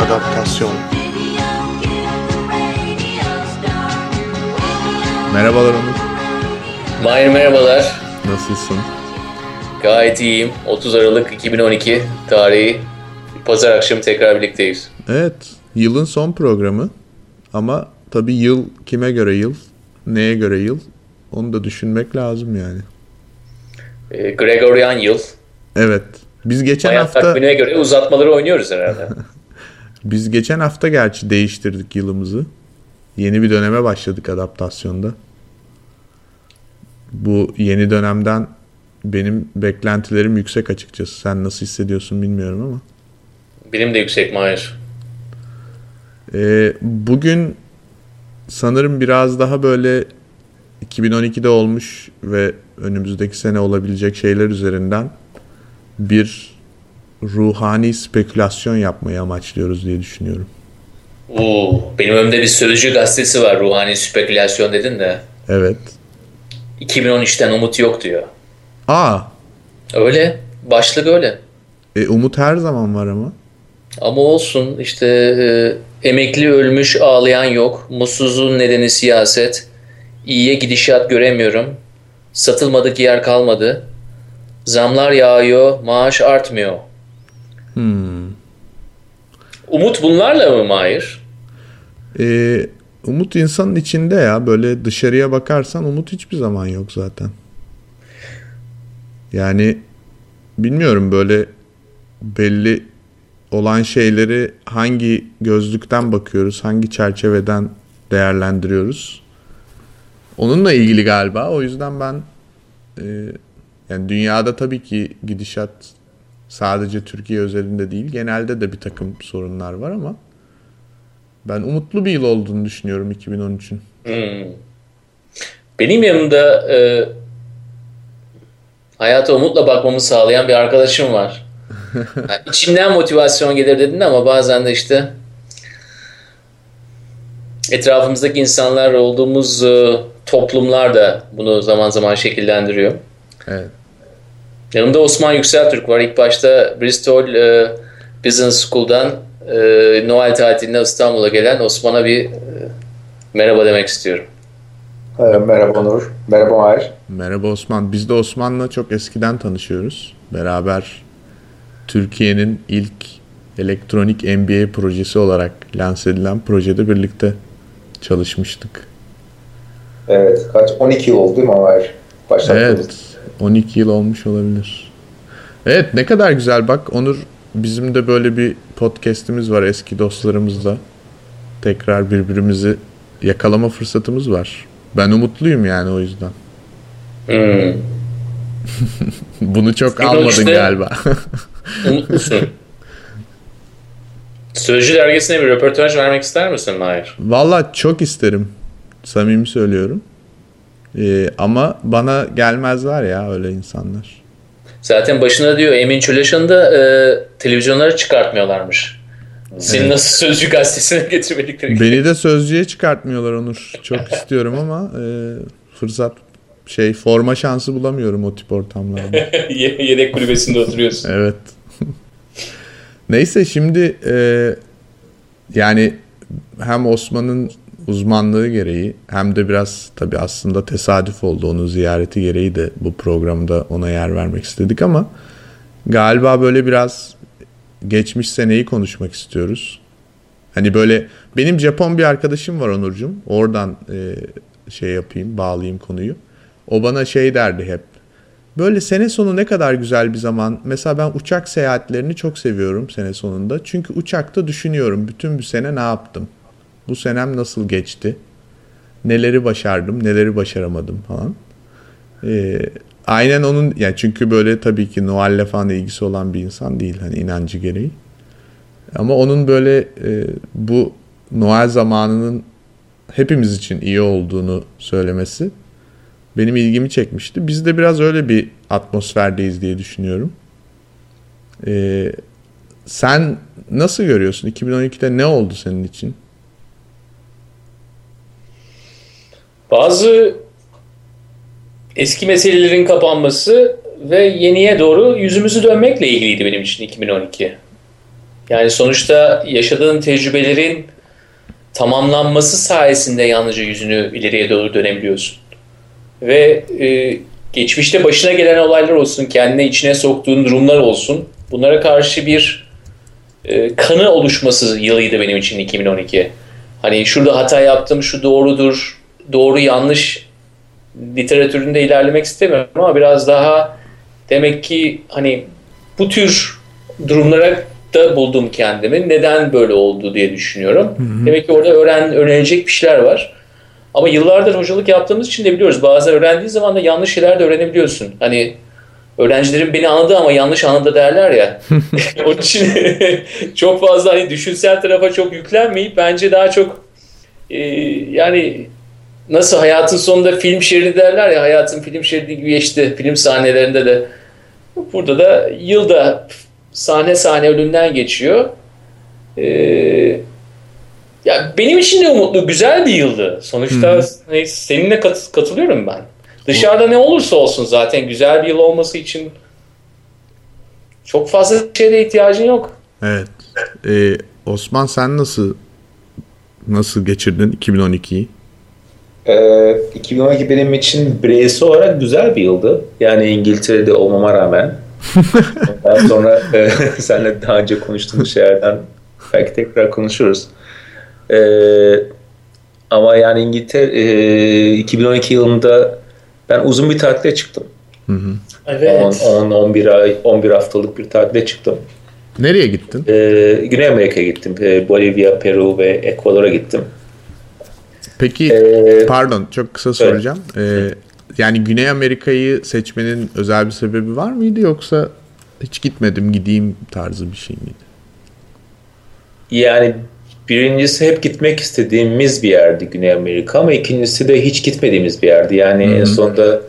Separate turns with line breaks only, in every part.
Adaptasyon.
Merhabalar Onur.
Mahir merhabalar.
Nasılsın?
Gayet iyiyim. 30 Aralık 2012 tarihi pazar akşamı tekrar birlikteyiz.
Evet, yılın son programı ama tabii yıl kime göre yıl, neye göre yıl onu da düşünmek lazım yani.
Gregorian yıl.
Evet, biz geçen
Hayat
hafta
takvimine göre uzatmaları oynuyoruz herhalde.
biz geçen hafta gerçi değiştirdik yılımızı. Yeni bir döneme başladık adaptasyonda. Bu yeni dönemden benim beklentilerim yüksek açıkçası. Sen nasıl hissediyorsun bilmiyorum ama.
Benim de yüksek Mahir.
Bugün sanırım biraz daha böyle 2012'de olmuş ve önümüzdeki sene olabilecek şeyler üzerinden bir ruhani spekülasyon yapmayı amaçlıyoruz diye düşünüyorum.
Benim önümde bir Sözcü gazetesi var, ruhani spekülasyon dedin de.
Evet.
2013'ten umut yok diyor.
Aa,
Öyle. Başlık öyle.
umut her zaman var ama.
Ama olsun işte emekli ölmüş ağlayan yok. Mutsuzluğun nedeni siyaset. İyiye gidişat göremiyorum. Satılmadık yer kalmadı. Zamlar yağıyor, maaş artmıyor. Umut bunlarla mı Mahir?
Umut insanın içinde ya. Böyle dışarıya bakarsan umut hiçbir zaman yok zaten. Yani bilmiyorum, böyle belli olan şeyleri hangi gözlükten bakıyoruz, hangi çerçeveden değerlendiriyoruz. Onunla ilgili galiba. O yüzden ben yani dünyada tabii ki gidişat sadece Türkiye özelinde değil, genelde de bir takım sorunlar var ama ben umutlu bir yıl olduğunu düşünüyorum 2013'ün.
Benim yanımda hayata umutla bakmamı sağlayan bir arkadaşım var. Yani içimden motivasyon gelir dedin ama bazen de işte etrafımızdaki insanlar olduğumuz toplumlar da bunu zaman zaman şekillendiriyor.
Evet.
Yanımda Osman Yükseltürk var. İlk başta Bristol Business School'dan Noel tatiline İstanbul'a gelen Osman'a bir merhaba demek istiyorum.
Merhaba Onur. Merhaba Mahir.
Merhaba Osman. Biz de Osman'la çok eskiden tanışıyoruz. Beraber Türkiye'nin ilk elektronik MBA projesi olarak lanse edilen projede birlikte çalışmıştık.
Evet. 12 yıl oldu değil mi Mahir?
Evet. 12 yıl olmuş olabilir. Evet, ne kadar güzel bak Onur, bizim de böyle bir podcast'imiz var eski dostlarımızla. Tekrar birbirimizi yakalama fırsatımız var. Ben umutluyum yani o yüzden. Bunu çok almadın
işte,
galiba.
Umutlusun. Sözcü dergisine bir röportaj vermek ister misin Mahir?
Valla çok isterim. Samimi söylüyorum. Ama bana gelmezler ya öyle insanlar.
Zaten başına diyor Emin Çöleşan'ı da televizyonlara çıkartmıyorlarmış. Seni nasıl Sözcü gazetesine getirmedikleri gibi.
Beni de Sözcü'ye çıkartmıyorlar Onur. Çok istiyorum ama fırsat forma şansı bulamıyorum o tip ortamlarda.
Yedek kulübesinde oturuyorsun.
Evet. Neyse şimdi yani hem Osman'ın uzmanlığı gereği hem de biraz tabii aslında tesadüf oldu, onun ziyareti gereği de bu programda ona yer vermek istedik ama galiba böyle biraz geçmiş seneyi konuşmak istiyoruz. Hani böyle benim Japon bir arkadaşım var Onurcuğum. Oradan bağlayayım konuyu. O bana derdi hep. Böyle sene sonu ne kadar güzel bir zaman. Mesela ben uçak seyahatlerini çok seviyorum sene sonunda. Çünkü uçakta düşünüyorum bütün bir sene ne yaptım? Bu senem nasıl geçti? Neleri başardım, neleri başaramadım falan. Aynen onun, yani çünkü böyle tabii ki Noel'le falan ilgisi olan bir insan değil hani inancı gereği. Ama onun böyle bu Noel zamanının hepimiz için iyi olduğunu söylemesi benim ilgimi çekmişti. Biz de biraz öyle bir atmosferdeyiz diye düşünüyorum. Sen nasıl görüyorsun? 2012'de ne oldu senin için?
Bazı eski meselelerin kapanması ve yeniye doğru yüzümüzü dönmekle ilgiliydi benim için 2012. Yani sonuçta yaşadığın tecrübelerin tamamlanması sayesinde yalnızca yüzünü ileriye doğru dönebiliyorsun. Ve geçmişte başına gelen olaylar olsun, kendine içine soktuğun durumlar olsun, bunlara karşı bir kanı oluşması yılıydı benim için 2012. Hani şurada hata yaptım, şu doğrudur, doğru yanlış literatüründe ilerlemek istemiyorum ama biraz daha demek ki hani bu tür durumlara da buldum kendimi. Neden böyle oldu diye düşünüyorum. Demek ki orada öğrenilecek bir şeyler var. Ama yıllardır hocalık yaptığımız için de biliyoruz. Bazen öğrendiğin zaman da yanlış şeyler de öğrenebiliyorsun. Hani öğrencilerim beni anladı ama yanlış anladı derler ya. Onun için çok fazla hani düşünsel tarafa çok yüklenmeyip bence daha çok yani nasıl hayatın sonunda film şeridi derler ya, hayatın film şeridi gibi geçti film sahnelerinde de. Burada da yılda sahne sahne önünden geçiyor. Ya benim için de umutlu, güzel bir yıldı. Sonuçta seninle katılıyorum ben. Dışarıda ne olursa olsun zaten güzel bir yıl olması için çok fazla şeye ihtiyacın yok.
Evet. Osman, sen nasıl geçirdin 2012'yi?
2012 benim için bireysel olarak güzel bir yıldı. Yani İngiltere'de olmama rağmen. Ondan sonra seninle daha önce konuştuğumuz şeylerden belki tekrar konuşuruz. Ama yani İngiltere 2012 yılında ben uzun bir tatile çıktım.
Evet.
11 haftalık bir tatile çıktım.
Nereye gittin?
Güney Amerika'ya gittim. Bolivya, Peru ve Ekvador'a gittim.
Peki pardon, çok kısa soracağım. Yani Güney Amerika'yı seçmenin özel bir sebebi var mıydı, yoksa hiç gitmedim gideyim tarzı bir şey miydi?
Yani birincisi hep gitmek istediğimiz bir yerdi Güney Amerika, ama ikincisi de hiç gitmediğimiz bir yerdi. Yani en sonunda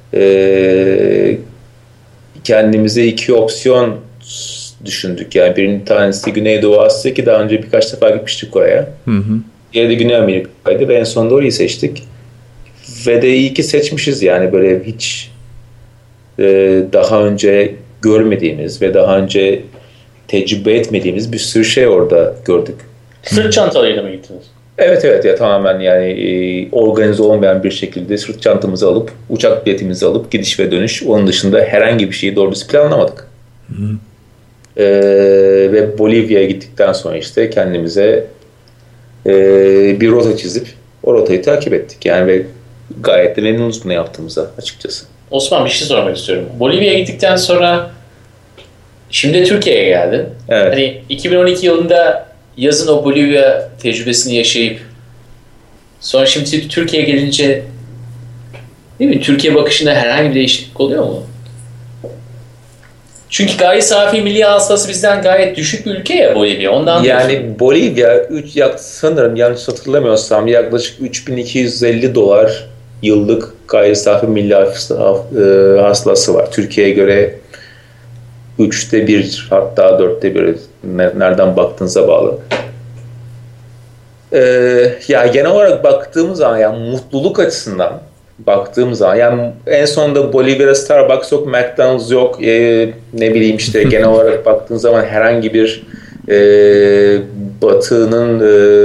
kendimize iki opsiyon düşündük. Yani bir tanesi Güneydoğu Asya, ki daha önce birkaç defa gitmiştik oraya. Diğeri de Güney Amerika'ydı ve en sonunda orayı seçtik. Ve de iyi ki seçmişiz, yani böyle hiç daha önce görmediğimiz ve daha önce tecrübe etmediğimiz bir sürü şey orada gördük.
Sırt çantalarıyla mı gittiniz?
Evet ya, tamamen yani organize olmayan bir şekilde sırt çantamızı alıp, uçak biletimizi alıp gidiş ve dönüş. Onun dışında herhangi bir şeyi doğru düz planlamadık. Ve Bolivya'ya gittikten sonra işte kendimize bir rota çizip o rotayı takip ettik. Yani ve gayet de memnunuz bunu yaptığımıza açıkçası.
Osman, bir şey sormak istiyorum. Bolivya'ya gittikten sonra şimdi Türkiye'ye geldin.
Evet.
Hani 2012 yılında yazın o Bolivya tecrübesini yaşayıp sonra şimdi Türkiye'ye gelince, değil mi, Türkiye bakışında herhangi bir değişiklik oluyor mu? Çünkü gayri safi milli hasılası bizden gayet düşük bir ülke ya Bolivya. Ondan
yani
diyorsun.
Bolivya sanırım yanlış hatırlamıyorsam yaklaşık $3.250 yıllık gayri safi milli hasılası var. Türkiye'ye göre 1/3, hatta 1/4, nereden baktığınıza bağlı. Ya genel olarak baktığımız zaman, yani mutluluk açısından baktığımız zaman, yani en sonunda Bolivya'da Starbucks yok, McDonald's yok, ne bileyim işte genel olarak baktığın zaman herhangi bir Batı'nın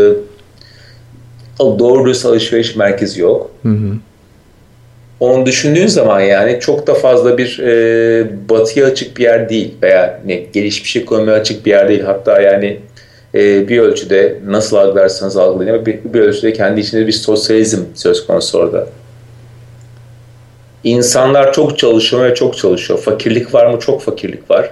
doğru düz alışveriş merkezi yok. Onu düşündüğün zaman yani çok da fazla bir batıya açık bir yer değil veya gelişmiş ekonomiye açık bir yer değil. Hatta yani bir ölçüde, nasıl algılarsanız algılayın, ama bir ölçüde kendi içinde bir sosyalizm söz konusu orada. İnsanlar çok çalışıyor ve çok çalışıyor. Fakirlik var mı? Çok fakirlik var.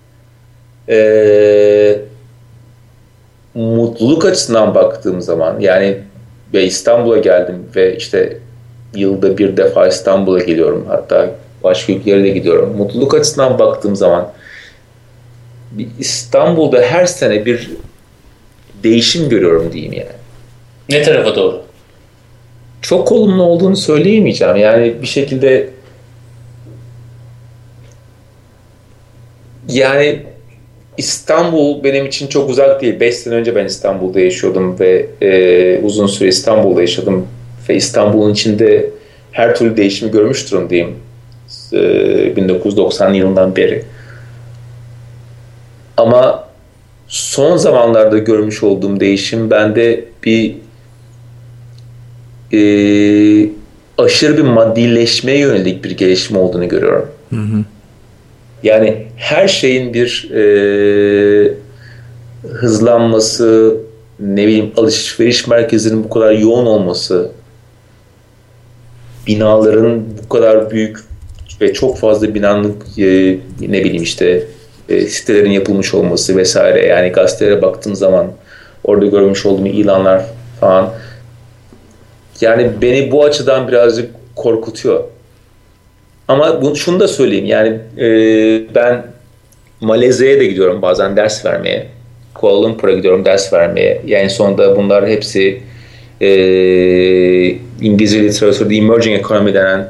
Mutluluk açısından baktığım zaman, yani ve İstanbul'a geldim ve işte yılda bir defa İstanbul'a geliyorum. Hatta başka ülkelere de gidiyorum. Mutluluk açısından baktığım zaman İstanbul'da her sene bir değişim görüyorum diyeyim yani.
Ne tarafa doğru?
Çok olumlu olduğunu söyleyemeyeceğim. Yani bir şekilde, yani İstanbul benim için çok uzak değil. 5 sene önce ben İstanbul'da yaşıyordum ve uzun süre İstanbul'da yaşadım. Ve İstanbul'un içinde her türlü değişimi görmüş durumdayım. 1990 yılından beri. Ama son zamanlarda görmüş olduğum değişim bende bir aşırı bir maddileşmeye yönelik bir gelişme olduğunu görüyorum. Hı hı. Yani her şeyin bir hızlanması, ne bileyim alışveriş merkezlerinin bu kadar yoğun olması, binaların bu kadar büyük ve çok fazla binanın ne bileyim işte sitelerin yapılmış olması vesaire, yani gazetelere baktığım zaman orada görmüş olduğum ilanlar falan, yani beni bu açıdan birazcık korkutuyor. Ama şunu da söyleyeyim, yani ben Malezya'ya da gidiyorum bazen ders vermeye. Kuala Lumpur'a gidiyorum ders vermeye. Yani sonunda bunlar hepsi İngilizce literatürde emerging economy denen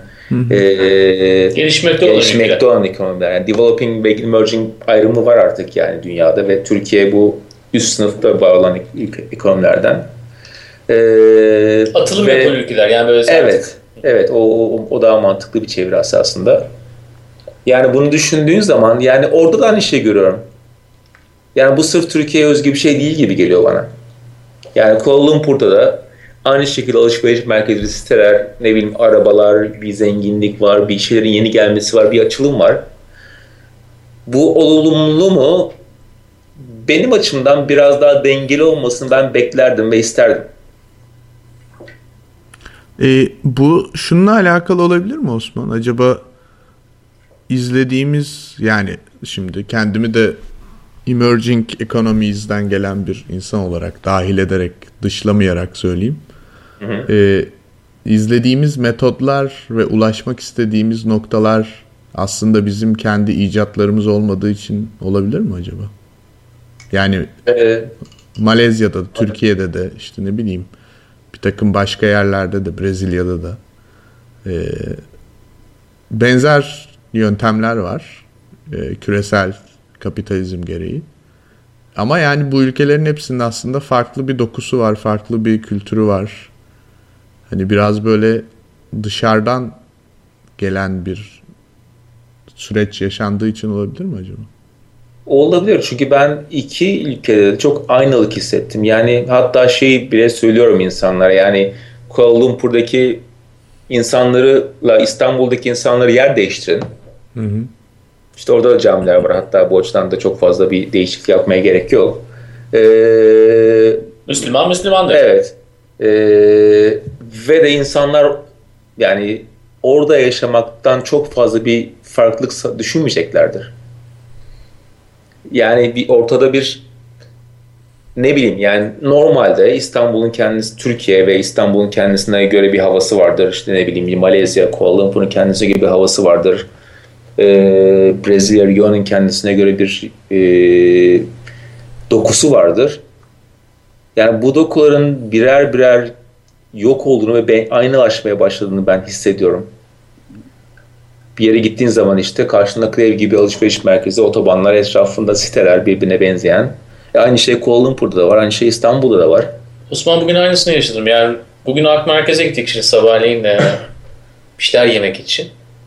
gelişmekte olan ekonomiler. Yani developing ve emerging ayrımı var artık yani dünyada ve Türkiye bu üst sınıfta var olan ekonomilerden.
Atılım yapan ülkeler yani böyle.
Evet, o daha mantıklı bir çeviri aslında. Yani bunu düşündüğün zaman yani orada da aynı şeyi görüyorum. Yani bu sırf Türkiye'ye özgü bir şey değil gibi geliyor bana. Yani Kuala Lumpur'da da aynı şekilde alışveriş merkezi, siteler, ne bileyim arabalar, bir zenginlik var, bir şeylerin yeni gelmesi var, bir açılım var. Bu olumlu mu? Benim açımdan biraz daha dengeli olmasını ben beklerdim ve isterdim.
Bu şununla alakalı olabilir mi Osman? Acaba izlediğimiz, yani şimdi kendimi de emerging economies'den gelen bir insan olarak dahil ederek, dışlamayarak söyleyeyim. Hı hı. İzlediğimiz metotlar ve ulaşmak istediğimiz noktalar aslında bizim kendi icatlarımız olmadığı için olabilir mi acaba? Yani Malezya'da, Türkiye'de de işte ne bileyim bir takım başka yerlerde de, Brezilya'da da benzer yöntemler var. Küresel kapitalizm gereği. Ama yani bu ülkelerin hepsinin aslında farklı bir dokusu var, farklı bir kültürü var. Hani biraz böyle dışarıdan gelen bir süreç yaşandığı için olabilir mi acaba?
Olabilir, çünkü ben iki ülkede de çok aynalık hissettim. Yani hatta şey bile söylüyorum insanlara, yani Kuala Lumpur'daki insanlarla İstanbul'daki insanları yer değiştirin. Hı hı. İşte orada da camiler var. Hatta bu açıdan da çok fazla bir değişiklik yapmaya gerek yok.
Müslüman Müslümandır.
Evet. Ve de insanlar yani orada yaşamaktan çok fazla bir farklılık düşünmeyeceklerdir. Yani bir ortada bir, ne bileyim yani normalde İstanbul'un kendisi, Türkiye ve İstanbul'un kendisine göre bir havası vardır. İşte ne bileyim Malezya, Kuala Lumpur'un kendisine göre bir havası vardır. Brezilya, Rio'nun kendisine göre bir dokusu vardır. Yani bu dokuların birer birer yok olduğunu ve aynılaşmaya başladığını ben hissediyorum. Bir yere gittiğin zaman işte karşında ev gibi alışveriş merkezi, otobanlar, etrafında siteler birbirine benzeyen. Aynı şey Kuala Lumpur'da da var, aynı şey İstanbul'da da var.
Osman, bugün aynısını yaşadım. Yani bugün Ak Merkez'e gittik şimdi sabahleyin de bir şeyler yemek için.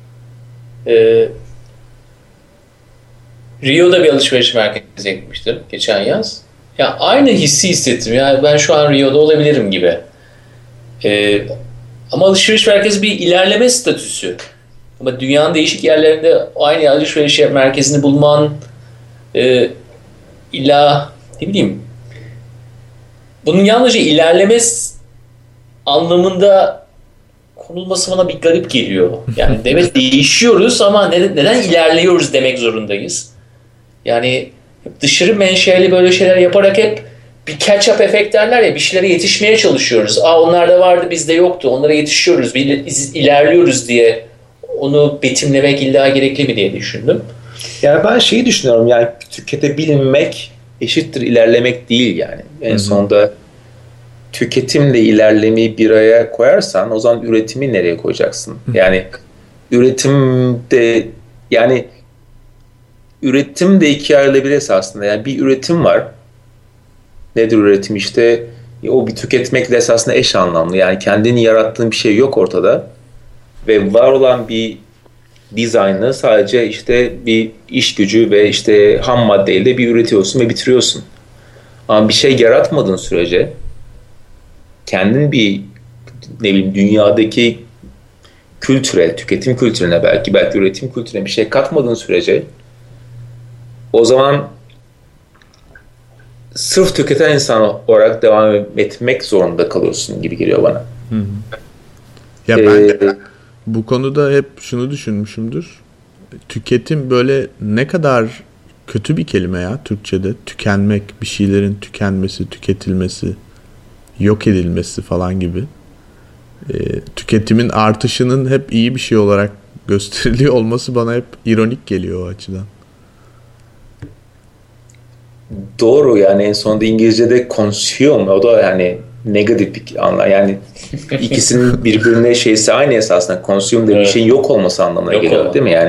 Rio'da bir alışveriş merkezine gitmiştim geçen yaz. Ya aynı hissi hissettim. Yani ben şu an Rio'da olabilirim gibi. Ama alışveriş merkezi bir ilerleme statüsü. Ama dünyanın değişik yerlerinde aynı alışveriş merkezini bulman illa ne bileyim, bunun yalnızca ilerleme anlamında konulması bana bir garip geliyor. Yani evet değişiyoruz ama neden ilerliyoruz demek zorundayız. Yani dışarı menşeli böyle şeyler yaparak hep bir catch-up efekt derler ya, bir şeylere yetişmeye çalışıyoruz. Onlarda vardı bizde yoktu, onlara yetişiyoruz, ilerliyoruz diye onu betimlemek illa gerekli mi diye düşündüm.
Yani ben şeyi düşünüyorum, yani tüketebilmek eşittir ilerlemek değil yani. En sonunda tüketimle ilerlemeyi bir araya koyarsan o zaman üretimi nereye koyacaksın? Yani üretimde, yani üretim de ikiye ayrılabilir aslında. Yani bir üretim var. Nedir üretim? İşte o bir tüketmekle esasında eş anlamlı. Yani kendini yarattığın bir şey yok ortada. Ve var olan bir dizaynı sadece işte bir iş gücü ve işte ham maddeyle bir üretiyorsun ve bitiriyorsun. Ama bir şey yaratmadığın sürece, kendin bir ne bileyim dünyadaki kültüre, tüketim kültürüne, belki üretim kültürüne bir şey katmadığın sürece, o zaman sırf tüketen insan olarak devam etmek zorunda kalıyorsun gibi geliyor bana.
Hı. Ya ben de bu konuda hep şunu düşünmüşümdür. Tüketim böyle ne kadar kötü bir kelime ya Türkçe'de. Tükenmek, bir şeylerin tükenmesi, tüketilmesi, yok edilmesi falan gibi. Tüketimin artışının hep iyi bir şey olarak gösteriliyor olması bana hep ironik geliyor o açıdan.
Doğru, yani en sonunda İngilizce'de consume, o da yani negatif bir anlam. Yani ikisinin birbirine şeysi aynı esasında. Consume de bir şeyin yok olması anlamına geliyor değil mi yani?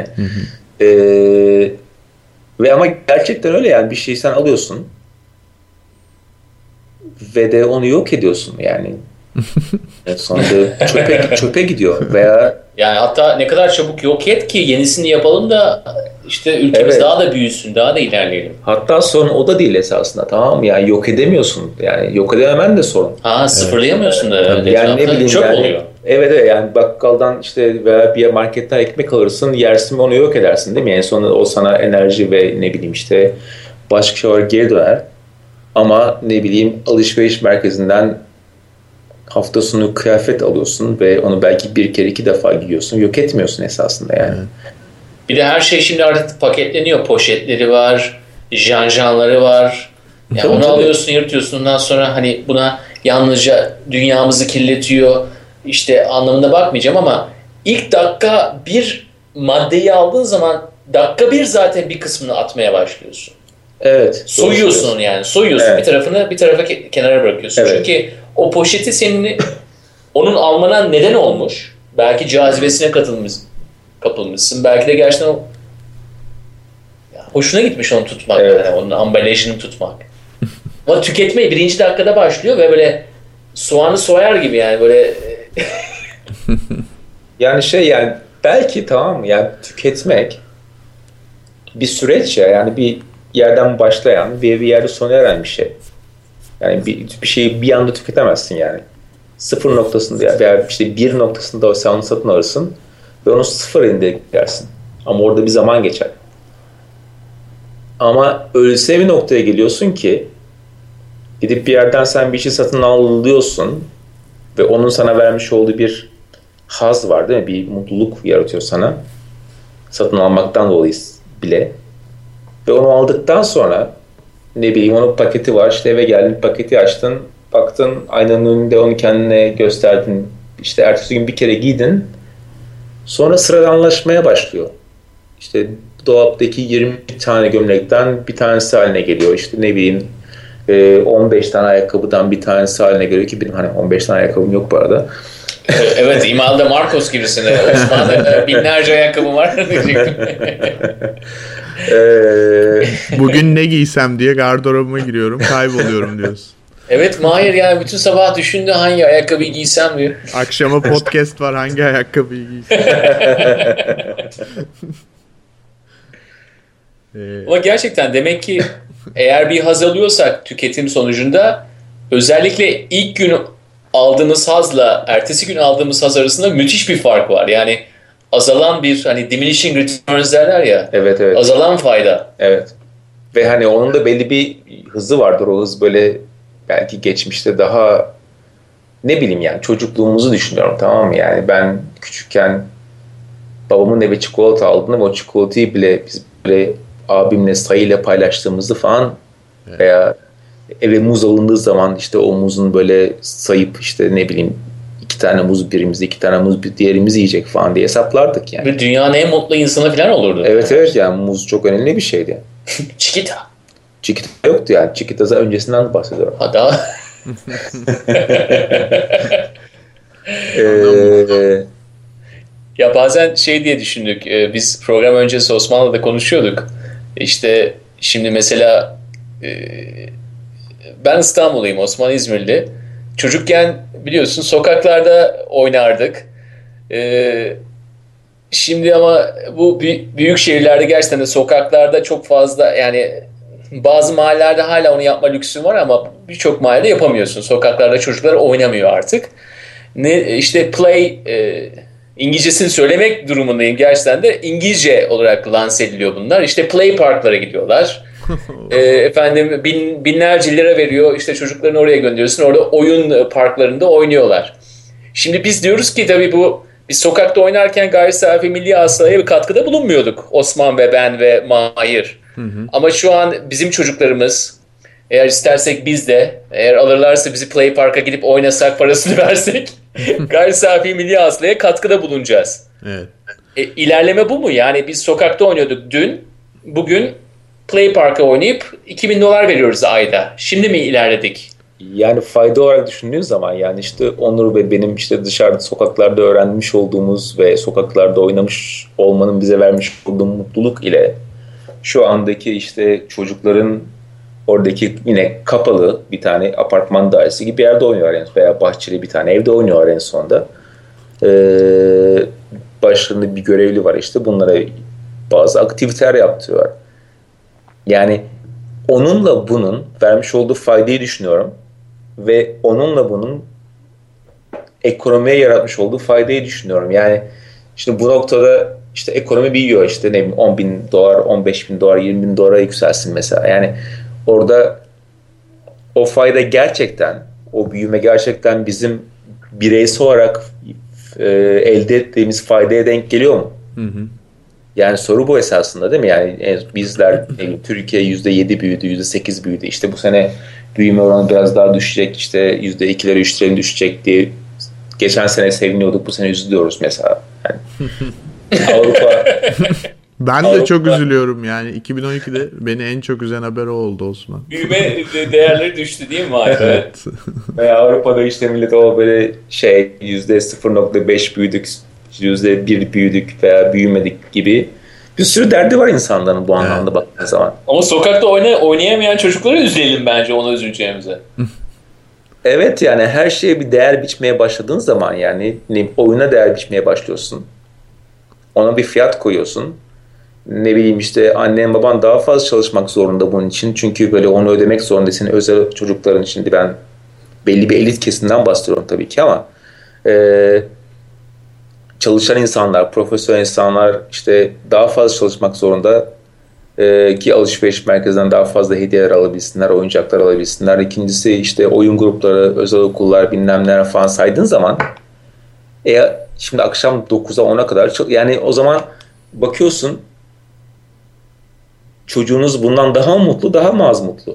Ve ama gerçekten öyle yani, bir şeyi sen alıyorsun ve de onu yok ediyorsun yani. Sonunda çöpe gidiyor veya
yani hatta ne kadar çabuk yok et ki yenisini yapalım da işte ülkemiz daha da büyüsün, daha da ilerleyelim.
Hatta sorun o da değil esasında, tamam mı? Yani yok edemiyorsun. Yani yok edememen de sorun.
Sıfırlayamıyorsun da.
Yani ne bileyim
çöp
yani,
oluyor.
Evet yani bakkaldan işte veya bir marketten ekmek alırsın, yersin ve onu yok edersin değil mi? En sonunda o sana enerji ve ne bileyim işte başka şey olarak geri döner. Ama ne bileyim alışveriş merkezinden hafta sonu kıyafet alıyorsun ve onu belki bir kere 2 defa giyiyorsun. Yok etmiyorsun esasında yani.
Bir de her şey şimdi artık paketleniyor. Poşetleri var, janjanları var. Yani onu alıyorsun, yırtıyorsun. Ondan sonra hani buna yalnızca dünyamızı kirletiyor işte anlamında bakmayacağım ama ilk dakika bir maddeyi aldığın zaman dakika bir zaten bir kısmını atmaya başlıyorsun.
Evet.
Soyuyorsun onu yani. Soyuyorsun. Evet. Bir tarafını bir tarafa kenara bırakıyorsun. Evet. Çünkü o poşeti senin onun almana neden olmuş. Belki cazibesine kapılmışsın. Belki de gerçekten hoşuna gitmiş onu tutmak. Evet. Yani onun ambalajını tutmak. Ama tüketmeyi birinci dakikada başlıyor ve böyle soğanı soyar gibi yani böyle.
Yani yani belki tamam mı? Yani tüketmek bir süreç ya. Yani bir yerden başlayan ve bir yerde sona eren bir şey. Yani bir şeyi bir anda tüketemezsin yani. Sıfır noktasında veya işte bir noktasında sen onu satın alırsın ve onu sıfır indirgersin. Ama orada bir zaman geçer. Ama öylesine bir noktaya geliyorsun ki gidip bir yerden sen bir şey satın alıyorsun ve onun sana vermiş olduğu bir haz var değil mi? Bir mutluluk yaratıyor sana. Satın almaktan dolayı bile. Ve onu aldıktan sonra ne bileyim onun paketi var. İşte eve geldin, paketi açtın. Baktın aynanın önünde, onu kendine gösterdin. İşte ertesi gün bir kere giydin. Sonra sıradanlaşmaya başlıyor. İşte dolaptaki 20 tane gömlekten bir tanesi haline geliyor. İşte ne bileyim 15 tane ayakkabıdan bir tanesi haline geliyor ki benim hani 15 tane ayakkabım yok bu arada.
Evet, İmalda Marcos gibisin. Osman'da binlerce ayakkabım var diyecektim.
Bugün ne giysem diye gardırobuma giriyorum, kayboluyorum diyorsun.
Evet Mahir, yani bütün sabah düşündü hangi ayakkabıyı giysem diyor.
Akşama podcast var, hangi ayakkabıyı giysem.
Ama gerçekten demek ki eğer bir haz alıyorsak tüketim sonucunda, özellikle ilk gün aldığımız hazla ertesi gün aldığımız haz arasında müthiş bir fark var. Yani azalan bir hani diminishing returns derler ya.
Evet.
Azalan fayda.
Evet. Ve hani onun da belli bir hızı vardır. O hız böyle belki geçmişte daha ne bileyim yani çocukluğumuzu düşünüyorum, tamam mı? Yani ben küçükken babamın eve çikolata aldığını ve o çikolatayı bile biz böyle abimle sayıyla paylaştığımızı falan, evet. Veya eve muz alındığı zaman işte o muzun böyle sayıp işte ne bileyim 2 tane muz birimizde, 2 tane muz diğerimiz yiyecek falan diye hesaplardık yani.
Ve dünyanın en mutlu insanı falan olurdu.
Evet yani muz çok önemli bir şeydi.
Çikita.
Çikita yoktu yani. Çikita öncesinden de bahsediyorum.
Hatta ya bazen şey diye düşündük. Biz program öncesi Osman'la da konuşuyorduk. İşte şimdi mesela ben İstanbulluyum, Osman İzmirli. Çocukken biliyorsun sokaklarda oynardık. Şimdi ama bu büyük şehirlerde gerçekten de sokaklarda çok fazla yani Bazı mahallelerde hala onu yapma lüksün var ama birçok mahallede yapamıyorsun. Sokaklarda çocuklar oynamıyor artık. İşte play, İngilizcesini söylemek durumundayım. Gerçekten de İngilizce olarak lanse ediliyor bunlar. İşte play parklara gidiyorlar. Efendim binlerce lira veriyor. İşte çocuklarını oraya gönderiyorsun. Orada oyun parklarında oynuyorlar. Şimdi biz diyoruz ki tabii biz sokakta oynarken gayri safi milli hasılaya bir katkıda bulunmuyorduk. Osman ve ben ve Mahir. Ama şu an bizim çocuklarımız, eğer istersek biz de, eğer alırlarsa bizi play parka gidip oynasak, parasını versek gayri safi milli hasılaya katkıda bulunacağız.
Evet.
İlerleme bu mu? Yani biz sokakta oynuyorduk dün, bugün play parka oynayıp $2000 veriyoruz ayda. Şimdi mi ilerledik?
Yani fayda olarak düşündüğün zaman yani işte Onur ve benim işte dışarıda sokaklarda öğrenmiş olduğumuz ve sokaklarda oynamış olmanın bize vermiş olduğu mutluluk ile şu andaki işte çocukların oradaki yine kapalı bir tane apartman dairesi gibi bir yerde oynuyorlar veya bahçeli bir tane evde oynuyorlar en sonunda. Başlarında bir görevli var işte bunlara bazı aktiviteler yaptırıyorlar. Yani onunla bunun vermiş olduğu faydayı düşünüyorum ve onunla bunun ekonomiye yaratmış olduğu faydayı düşünüyorum. Yani işte bu noktada işte ekonomi büyüyor işte ne bileyim $10,000, $15,000, $20,000 yükselsin mesela. Yani orada o fayda gerçekten, o büyüme gerçekten bizim bireysel olarak elde ettiğimiz faydaya denk geliyor mu? Yani soru bu esasında değil mi? Yani bizler Türkiye %7 büyüdü, %8 büyüdü. İşte bu sene büyüme oranı biraz daha düşecek. İşte %2'lere, %3'lere düşecek diye geçen sene seviniyorduk. Bu sene üzülüyoruz mesela. Yani Avrupa...
Ben de çok üzülüyorum yani. 2012'de beni en çok üzen haber o oldu Osman.
Büyüme değerleri düştü değil mi?
Evet.
Veya Avrupa'da işte millet o böyle %0.5 büyüdük, %1 büyüdük veya büyümedik gibi bir sürü derdi var insanların bu anlamda baktığın zaman.
Ama sokakta oynayamayan çocukları üzülelim bence ona üzüleceğimize.
Evet yani her şeye bir değer biçmeye başladığın zaman yani oyuna değer biçmeye başlıyorsun. Ona bir fiyat koyuyorsun. Ne bileyim işte annen baban daha fazla çalışmak zorunda bunun için. Çünkü böyle onu ödemek zorunda senin özel çocukların. Şimdi ben belli bir elit kesimden bahsediyorum tabii ki ama çalışan insanlar, profesyonel insanlar işte daha fazla çalışmak zorunda ki alışveriş merkezinden daha fazla hediyeler alabilsinler, oyuncaklar alabilsinler. İkincisi işte oyun grupları, özel okullar, bilmem neler falan saydığın zaman şimdi akşam 9'a 10'a kadar yani o zaman bakıyorsun çocuğunuz bundan daha mı mutlu, daha mı az mutlu?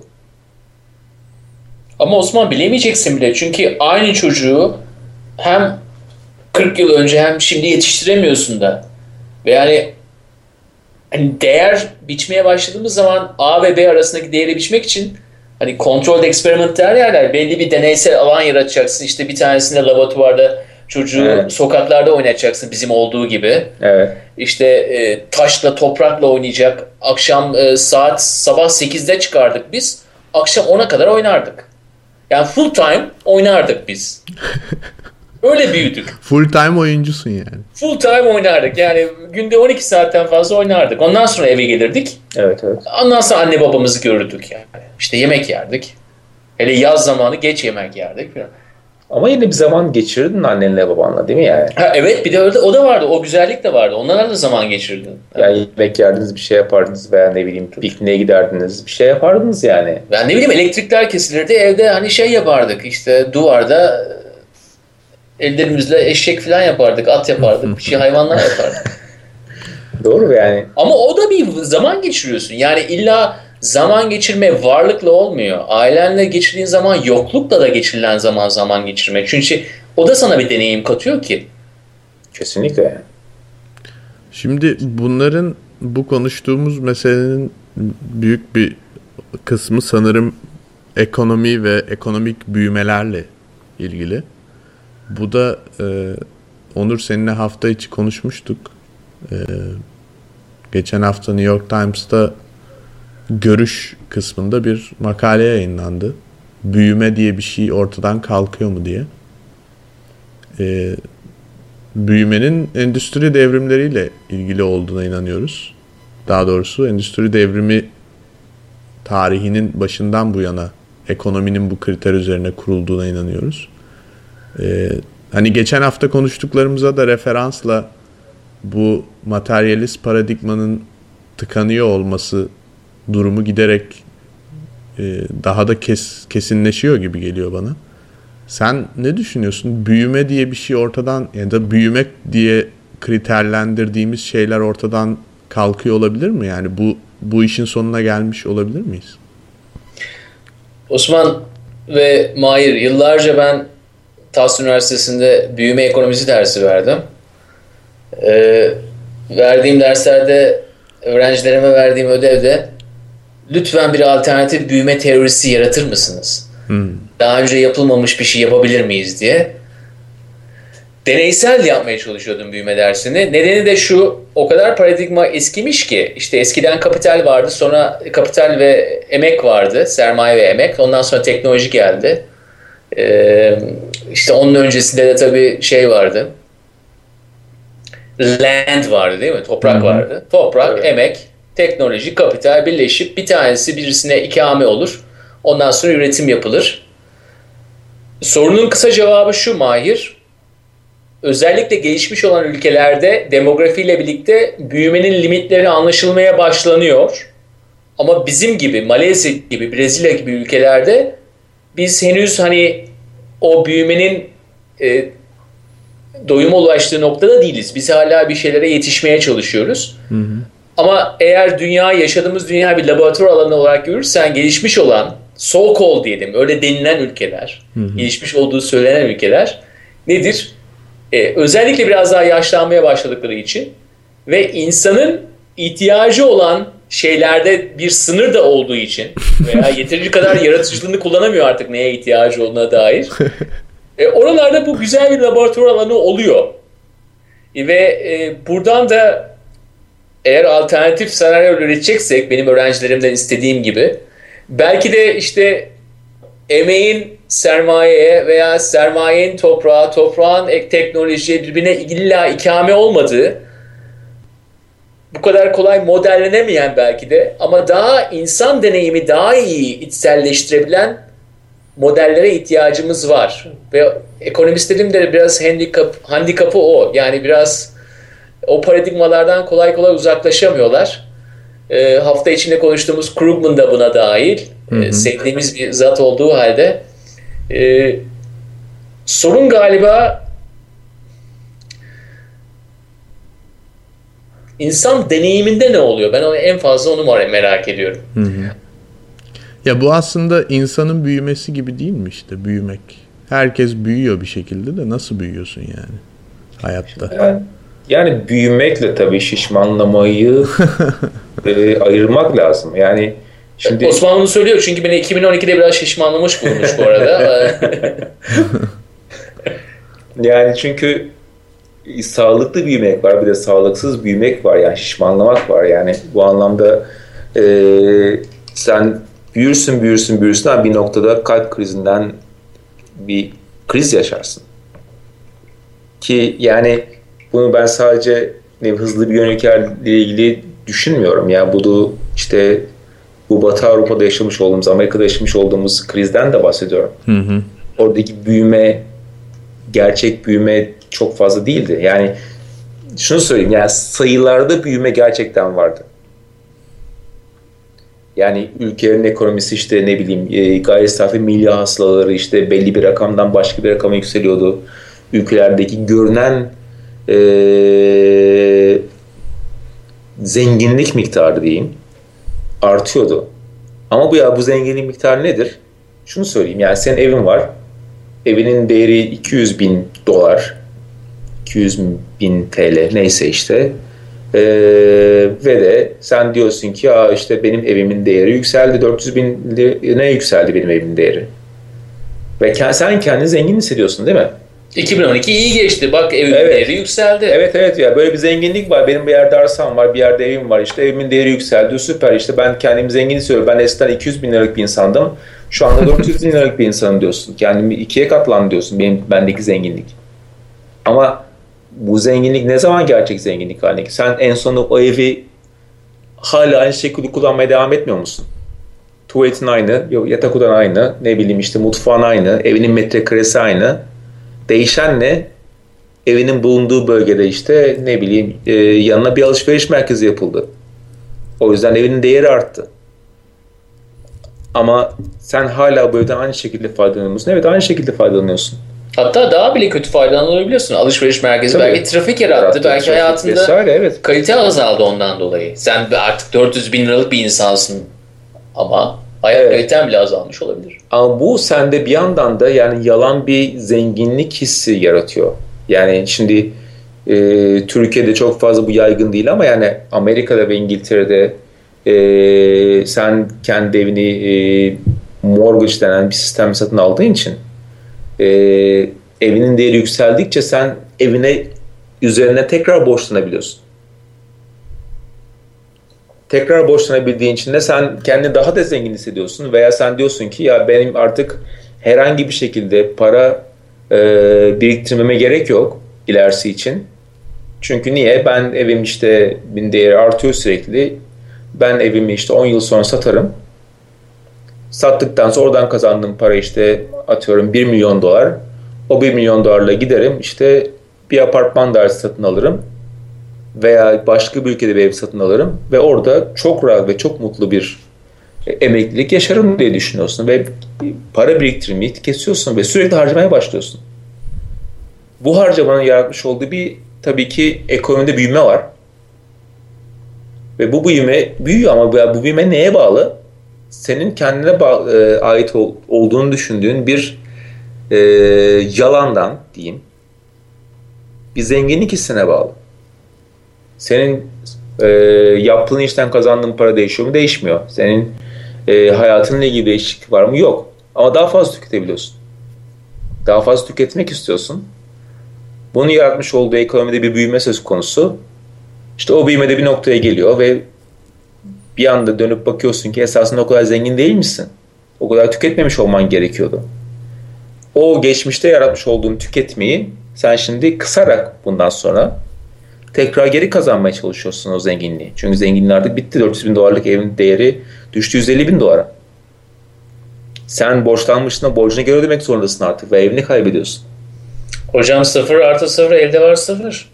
Ama Osman bilemeyeceksin bile. Çünkü aynı çocuğu hem 40 yıl önce hem şimdi yetiştiremiyorsun da. Ve yani hani değer biçmeye başladığımız zaman A ve B arasındaki değeri biçmek için hani controlled experiment derler, belli bir deneysel alan yaratacaksın. İşte bir tanesinde laboratuvarda çocuğu sokaklarda oynatacaksın bizim olduğu gibi.
Evet.
İşte taşla, toprakla oynayacak. Akşam sabah 8'de çıkardık biz. Akşam 10'a kadar oynardık. Yani full time oynardık biz. Öyle büyüdük.
Full time oyuncusun yani.
Full time oynardık. Yani günde 12 saatten fazla oynardık. Ondan sonra eve gelirdik.
Evet.
Ondan sonra anne babamızı görürdük yani. İşte yemek yerdik. Hele yaz zamanı geç yemek yerdik falan.
Ama yine bir zaman geçirirdin annenle babanla değil mi yani?
Evet bir de o da vardı. O güzellik de vardı. Onlarla da zaman geçirdin.
Yani yemek yerdiniz, bir şey yapardınız veya ne bileyim pikniğe giderdiniz, bir şey yapardınız yani.
Ben ne bileyim elektrikler kesilirdi. Evde hani şey yapardık. İşte duvarda ellerimizle eşek falan yapardık. At yapardık. Bir şey hayvanlar yapardık.
Doğru yani.
Ama o da bir zaman geçiriyorsun. Yani illa zaman geçirme varlıkla olmuyor. Ailenle geçirdiğin zaman yoklukla da geçirilen zaman geçirmek. Çünkü o da sana bir deneyim katıyor ki.
Kesinlikle yani.
Şimdi bu konuştuğumuz meselenin büyük bir kısmı sanırım ekonomi ve ekonomik büyümelerle ilgili. Bu da Onur seninle hafta içi konuşmuştuk. Geçen hafta New York Times'ta görüş kısmında bir makale yayınlandı. Büyüme diye bir şey ortadan kalkıyor mu diye. Büyümenin endüstri devrimleriyle ilgili olduğuna inanıyoruz. Daha doğrusu endüstri devrimi tarihinin başından bu yana ekonominin bu kriter üzerine kurulduğuna inanıyoruz. Hani geçen hafta konuştuklarımıza da referansla bu materyalist paradigmanın tıkanıyor olması durumu giderek daha da kesinleşiyor gibi geliyor bana. Sen ne düşünüyorsun? Büyüme diye bir şey ortadan ya da büyümek diye kriterlendirdiğimiz şeyler ortadan kalkıyor olabilir mi? Yani bu işin sonuna gelmiş olabilir miyiz?
Osman ve Mahir, yıllarca ben TAS Üniversitesi'nde büyüme ekonomisi dersi verdim. Verdiğim derslerde öğrencilerime verdiğim ödevde lütfen bir alternatif büyüme teorisi yaratır mısınız? Daha önce yapılmamış bir şey yapabilir miyiz diye. Deneysel yapmaya çalışıyordum büyüme dersini. Nedeni de şu, o kadar paradigma eskimiş ki, işte eskiden kapital vardı, sonra kapital ve emek vardı, sermaye ve emek. Ondan sonra teknoloji geldi. İşte onun öncesinde de tabii şey vardı. Land vardı değil mi? Toprak vardı. Toprak, evet. Emek, teknoloji, kapital birleşip bir tanesi birisine ikame olur. Ondan sonra üretim yapılır. Sorunun kısa cevabı şu Mahir. Özellikle gelişmiş olan ülkelerde demografiyle birlikte büyümenin limitleri anlaşılmaya başlanıyor. Ama bizim gibi, Malezya gibi, Brezilya gibi ülkelerde biz henüz hani o büyümenin doyuma ulaştığı noktada değiliz. Biz hala bir şeylere yetişmeye çalışıyoruz. Ama eğer yaşadığımız dünya bir laboratuvar alanı olarak görürsen, gelişmiş olan, so-called diyelim, öyle denilen ülkeler, gelişmiş olduğu söylenen ülkeler nedir? Özellikle biraz daha yaşlanmaya başladıkları için ve insanın ihtiyacı olan şeylerde bir sınır da olduğu için veya yeterince kadar yaratıcılığını kullanamıyor artık neye ihtiyacı olduğuna dair. Oralarda bu güzel bir laboratuvar alanı oluyor. Ve buradan da eğer alternatif senaryo üreteceksek, benim öğrencilerimden istediğim gibi, belki de işte emeğin sermayeye veya sermayenin toprağa, toprağın teknolojiye birbirine illa ikame olmadığı, bu kadar kolay modellenemeyen belki de ama daha insan deneyimi daha iyi içselleştirebilen modellere ihtiyacımız var. Ve ekonomistlerin de biraz handikapı o. Yani biraz o paradigmalardan kolay kolay uzaklaşamıyorlar. Hafta içinde konuştuğumuz Krugman da buna dahil. Sevdiğimiz bir zat olduğu halde. Sorun galiba insan deneyiminde ne oluyor? Ben en fazla onu merak ediyorum.
Ya bu aslında insanın büyümesi gibi değil mi işte, büyümek? Herkes büyüyor bir şekilde de nasıl büyüyorsun yani hayatta?
Yani büyümekle tabii şişmanlamayı ayırmak lazım. Yani şimdi
Osman bunu söylüyor çünkü beni 2012'de biraz şişmanlamış bulmuş bu arada.
Yani çünkü sağlıklı büyümek var, bir de sağlıksız büyümek var. Yani şişmanlamak var. Yani bu anlamda sen büyürsün bir noktada kalp krizinden bir kriz yaşarsın. Ki yani bunu ben sadece hızlı bir yönetkerle ilgili düşünmüyorum. Yani bunu işte bu Batı Avrupa'da yaşamış olduğumuz, Amerika'da yaşamış olduğumuz krizden de bahsediyorum. Oradaki büyüme, gerçek büyüme çok fazla değildi. Yani şunu söyleyeyim, yani sayılarda büyüme gerçekten vardı. Yani ülkelerin ekonomisi işte ne bileyim gayri safi milli hasılaları işte belli bir rakamdan başka bir rakama yükseliyordu. Ülkelerdeki görünen zenginlik miktarı diyeyim artıyordu. Ama bu zenginlik miktarı nedir? Şunu söyleyeyim, yani senin evin var. Evinin değeri 200 bin dolar, 200 bin TL neyse işte. Ve de sen diyorsun ki işte benim evimin değeri yükseldi, 400 bin ne yükseldi benim evimin değeri. Ve sen kendini zengin hissediyorsun değil mi?
2012 iyi geçti. Bak evimin değeri yükseldi.
Evet ya, böyle bir zenginlik var. Benim bir yerde arsam var, bir yerde evim var. İşte evimin değeri yükseldi. Süper, işte ben kendimi zengin hissediyorum. Ben eskiden 200 bin liralık bir insandım. Şu anda 400 bin liralık bir insanım diyorsun. Kendimi 2'ye katlandı diyorsun bendeki zenginlik. Ama bu zenginlik ne zaman gerçek zenginlik haline geliyor? Sen en sonunda o evi hala aynı şekilde kullanmaya devam etmiyor musun? Tuvaletin aynı, yatak odan aynı, ne bileyim işte mutfağın aynı, evinin metrekaresi aynı. Değişen ne? Evinin bulunduğu bölgede işte ne bileyim yanına bir alışveriş merkezi yapıldı. O yüzden evinin değeri arttı. Ama sen hala bu evden aynı şekilde faydalanıyor musun? Evet, aynı şekilde faydalanıyorsun.
Hatta daha bile kötü faydalanabiliyorsun. Alışveriş merkezi
Tabii.
belki trafik yarattı. Belki hayatında
vesaire, evet.
kalite azaldı ondan dolayı. Sen artık 400 bin liralık bir insansın ama hayat kaliten bile azalmış olabilir.
Ama bu sende bir yandan da yani yalan bir zenginlik hissi yaratıyor. Yani şimdi Türkiye'de çok fazla bu yaygın değil ama yani Amerika'da ve İngiltere'de sen kendi evini mortgage denen bir sistem satın aldığın için evinin değeri yükseldikçe sen üzerine tekrar borçlanabiliyorsun. Tekrar borçlanabildiğin için de sen kendini daha da zengin hissediyorsun veya sen diyorsun ki ya benim artık herhangi bir şekilde para biriktirmeme gerek yok ilerisi için. Çünkü niye? Ben evim işte bin değeri artıyor sürekli. Ben evimi işte 10 yıl sonra satarım. Sattıktan sonra oradan kazandığım para işte atıyorum 1 milyon dolar. O 1 milyon dolarla giderim işte bir apartman dairesi satın alırım. Veya başka bir ülkede bir ev satın alırım. Ve orada çok rahat ve çok mutlu bir emeklilik yaşarım diye düşünüyorsun. Ve para biriktirmeyi kesiyorsun ve sürekli harcamaya başlıyorsun. Bu harcamanın yaratmış olduğu bir tabii ki ekonomide büyüme var. Ve bu büyüme büyüyor ama bu büyüme neye bağlı? Senin kendine ait olduğunu düşündüğün bir yalandan diyeyim bir zenginlik hissine bağlı. Senin yaptığın işten kazandığın para değişiyor mu? Değişmiyor. Senin hayatınla ilgili değişiklik var mı? Yok. Ama daha fazla tüketebiliyorsun. Daha fazla tüketmek istiyorsun. Bunun yaratmış olduğu ekonomide bir büyüme söz konusu. İşte o büyümede bir noktaya geliyor ve bir anda dönüp bakıyorsun ki esasında o kadar zengin değil misin? O kadar tüketmemiş olman gerekiyordu. O geçmişte yaratmış olduğun tüketmeyi sen şimdi kısarak bundan sonra tekrar geri kazanmaya çalışıyorsun o zenginliği. Çünkü zenginliğin artık bitti. 400 bin dolarlık evin değeri düştü 150 bin dolara. Sen borçlanmışsın, borcunu geri ödemek zorundasın artık ve evini kaybediyorsun.
Hocam 0 artı 0 elde var 0.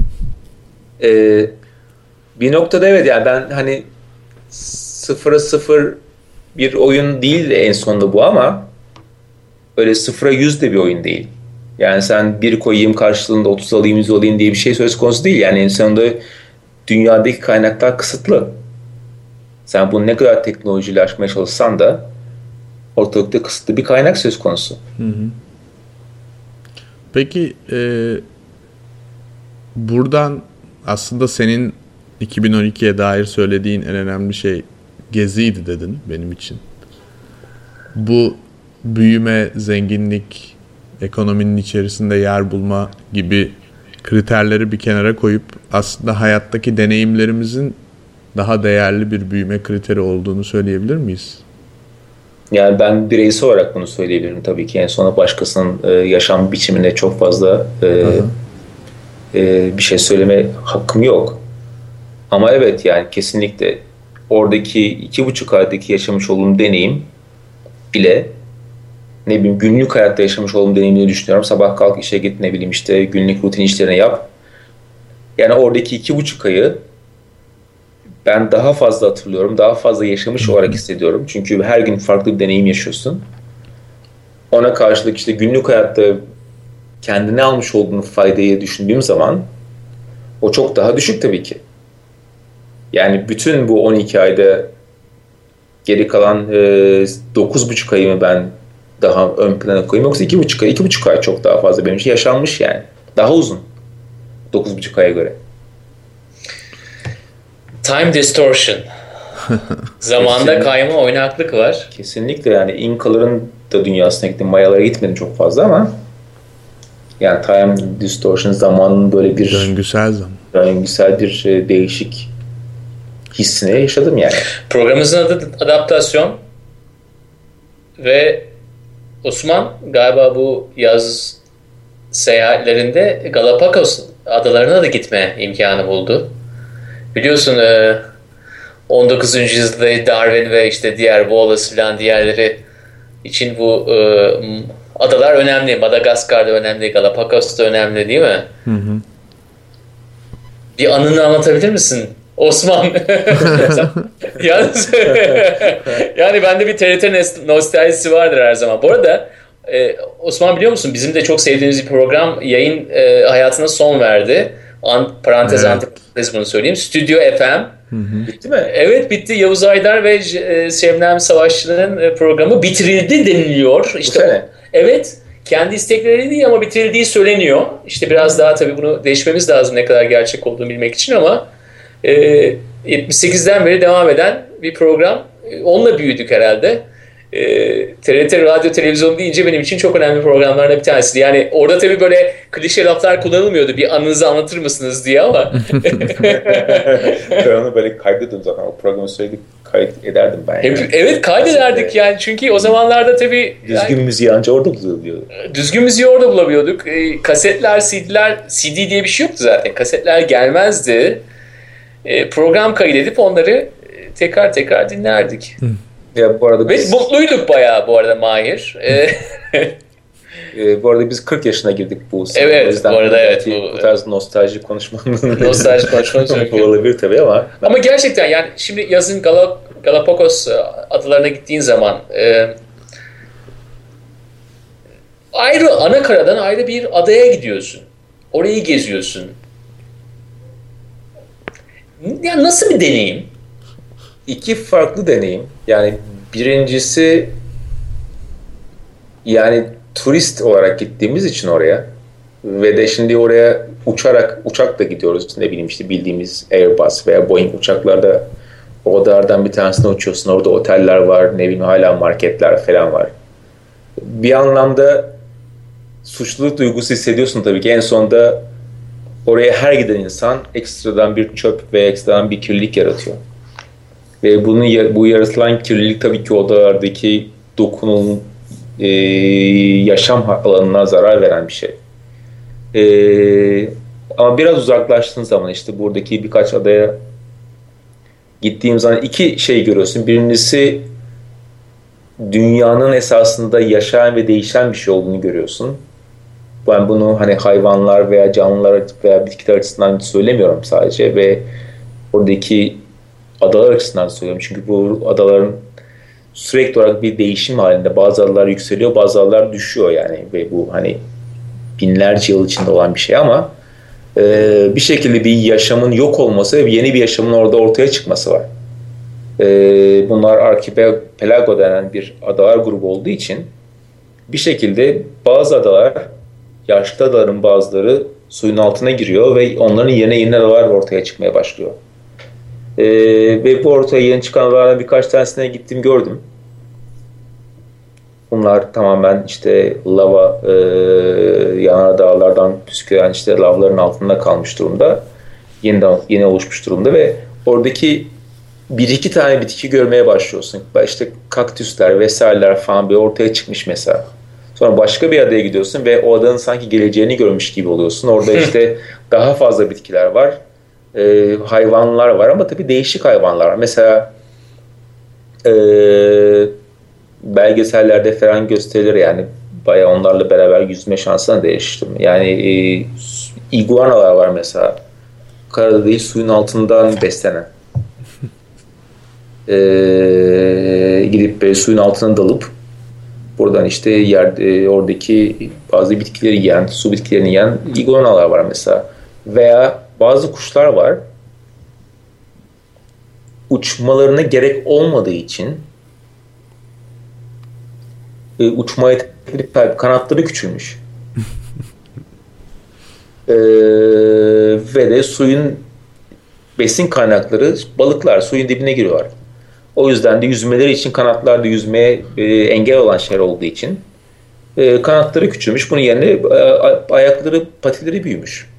Bir noktada evet yani ben hani 0'a 0 bir oyun değil de en sonunda bu ama öyle 0'a 100 de bir oyun değil. Yani sen 1 koyayım karşılığında 30 alayım 100 alayım diye bir şey söz konusu değil. Yani en sonunda dünyadaki kaynaklar kısıtlı. Sen bunu ne kadar teknolojiyle aşmaya çalışsan da ortalıkta kısıtlı bir kaynak söz konusu.
Hı hı. Peki buradan aslında senin 2012'ye dair söylediğin en önemli şey geziydi dedin benim için. Bu büyüme, zenginlik, ekonominin içerisinde yer bulma gibi kriterleri bir kenara koyup aslında hayattaki deneyimlerimizin daha değerli bir büyüme kriteri olduğunu söyleyebilir miyiz?
Yani ben bireysel olarak bunu söyleyebilirim tabii ki. En sona başkasının yaşam biçimine çok fazla bir şey söyleme hakkım yok. Ama evet yani kesinlikle oradaki 2,5 aydaki yaşamış olduğum deneyim bile ne bileyim günlük hayatta yaşamış olduğum deneyimini düşünüyorum. Sabah kalk işe git ne bileyim işte günlük rutin işlerini yap. Yani oradaki 2,5 ayı ben daha fazla hatırlıyorum. Daha fazla yaşamış olarak hissediyorum. Çünkü her gün farklı bir deneyim yaşıyorsun. Ona karşılık işte günlük hayatta kendine almış olduğun faydayı düşündüğüm zaman o çok daha düşük tabii ki. Yani bütün bu 12 ayda geri kalan 9,5 ayımı ben daha ön plana koyayım. Yoksa 2,5 ay, 2,5 ay çok daha fazla benim için yaşanmış yani. Daha uzun. 9,5 aya göre.
Time distortion. Zamanda kayma, oynaklık var.
Kesinlikle yani İnkaların da dünyasına gittim. Mayalara gitmedim çok fazla ama yani time distortion zamanın böyle bir döngüsel bir değişik hissini yaşadım yani.
Programımızın adı adaptasyon ve Osman galiba bu yaz seyahatlerinde Galapagos adalarına da gitme imkanı buldu. Biliyorsun 19. yüzyılda Darwin ve işte diğer Wallace falan diğerleri için bu adalar önemli. Madagaskar'da önemli, Galapagos'ta önemli değil mi? Hı hı. Bir anını anlatabilir misin Osman? Yalnız yani bende bir TRT nostaljisi vardır her zaman. Bu arada Osman biliyor musun? Bizim de çok sevdiğimiz bir program yayın hayatına son verdi. Parantez evet. Antiparantez bunu söyleyeyim. Stüdyo FM. Hı-hı. Bitti mi? Evet bitti. Yavuz Aydar ve Şebnem Savaşçı'nın programı bitirildi deniliyor. İşte evet. Kendi istekleri değil ama bitirildiği söyleniyor. İşte biraz daha tabii bunu değişmemiz lazım ne kadar gerçek olduğunu bilmek için ama 78'den beri devam eden bir program. Onunla büyüdük herhalde. TRT radyo televizyon deyince benim için çok önemli programlardan bir tanesi. Yani orada tabii böyle klişe laflar kullanılmıyordu. Bir anınızı anlatır mısınız diye ama.
Ben onu böyle kaydediyordum zaten. O programı sürekli kayıt ederdim ben.
Yani. Evet kaydederdik yani. Çünkü o zamanlarda tabii.
Düzgün müziği ancak orada bulabiliyorduk.
Düzgün müziği orada bulabiliyorduk. Kasetler, CD'ler, CD diye bir şey yoktu zaten. Kasetler gelmezdi. Program kaydedip onları tekrar tekrar dinlerdik.
Ya bu arada
biz mutluyduk bayağı bu arada Mahir.
Bu arada biz 40 yaşına girdik bu sene.
Evet bu arada evet.
Bu tarz nostalji konuşmanın
mümkün.
Olabilir tabii ama.
Ama gerçekten yani şimdi yazın Galapagos adalarına gittiğin zaman ayrı Anakaradan ayrı bir adaya gidiyorsun. Orayı geziyorsun. Ya nasıl bir deneyim?
İki farklı deneyim. Yani birincisi yani turist olarak gittiğimiz için oraya ve de şimdi oraya uçakla gidiyoruz. Ne bileyim işte bildiğimiz Airbus veya Boeing uçaklarda o odalardan bir tanesine uçuyorsun. Orada oteller var, ne bileyim hala marketler falan var. Bir anlamda suçluluk duygusu hissediyorsun tabii ki. En sonunda oraya her giden insan ekstradan bir çöp ve ekstradan bir kirlilik yaratıyor. Ve bu yaratılan kirlilik tabii ki odalardaki dokunun yaşam alanına zarar veren bir şey. Ama biraz uzaklaştığın zaman işte buradaki birkaç adaya gittiğim zaman iki şey görüyorsun. Birincisi dünyanın esasında yaşayan ve değişen bir şey olduğunu görüyorsun. Ben bunu hani hayvanlar veya canlılar veya bitkiler açısından söylemiyorum sadece ve oradaki adalar açısından söylüyorum. Çünkü bu adaların sürekli olarak bir değişim halinde. Bazı adalar yükseliyor, bazı adalar düşüyor yani. Ve bu hani binlerce yıl içinde olan bir şey ama bir şekilde bir yaşamın yok olması ve yeni bir yaşamın orada ortaya çıkması var. Bunlar Archipelago denen bir adalar grubu olduğu için bir şekilde bazı adalar, yaşlı adaların bazıları suyun altına giriyor ve onların yerine yeni adalar ortaya çıkmaya başlıyor. Ve bu ortaya yeni çıkan adalardan birkaç tanesine gittim gördüm. Bunlar tamamen işte lava yanardağlardan püsküren işte lavların altında kalmış durumda. Yeni oluşmuş durumda ve oradaki bir iki tane bitki görmeye başlıyorsun. İşte kaktüsler vesaireler falan bir ortaya çıkmış mesela. Sonra başka bir adaya gidiyorsun ve o adanın sanki geleceğini görmüş gibi oluyorsun. Orada işte daha fazla bitkiler var. Hayvanlar var ama tabii değişik hayvanlar var. Mesela belgesellerde falan gösterilir yani bayağı onlarla beraber yüzme şansına da eriştim. Yani iguanalar var mesela. Karada değil suyun altından beslenen. Gidip böyle suyun altına dalıp buradan işte oradaki bazı bitkileri yiyen, su bitkilerini yiyen iguanalar var mesela. Veya bazı kuşlar var. Uçmalarına gerek olmadığı için uçmaya kanatları küçülmüş. Ve de suyun besin kaynakları balıklar suyun dibine giriyorlar. O yüzden de yüzmeleri için kanatlar da yüzmeye engel olan şeyler olduğu için kanatları küçülmüş. Bunun yerine ayakları, patileri büyümüş.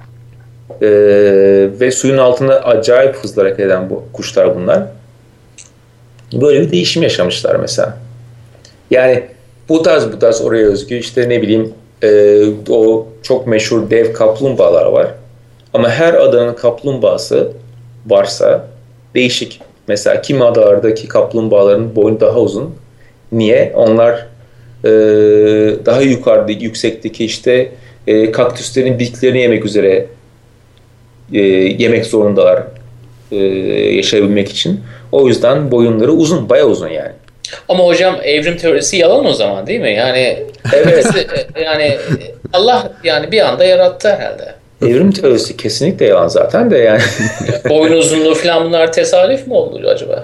Ve suyun altında acayip hızlı hareket eden bu kuşlar bunlar. Böyle bir değişim yaşamışlar mesela. Yani bu tarz oraya özgü işte ne bileyim o çok meşhur dev kaplumbağalar var. Ama her adanın kaplumbağası varsa değişik. Mesela kimi adalardaki kaplumbağaların boynu daha uzun. Niye? Onlar daha yukarıdaki, yüksekteki işte kaktüslerin bitkilerini yemek üzere yemek zorundalar yaşayabilmek için. O yüzden boyunları uzun, bayağı uzun yani.
Ama hocam evrim teorisi yalan o zaman değil mi? Yani evet. Yani Allah yani bir anda yarattı herhalde.
Evrim teorisi kesinlikle yalan zaten de yani.
Boyun uzunluğu falan bunlar tesadüf mü oldu acaba?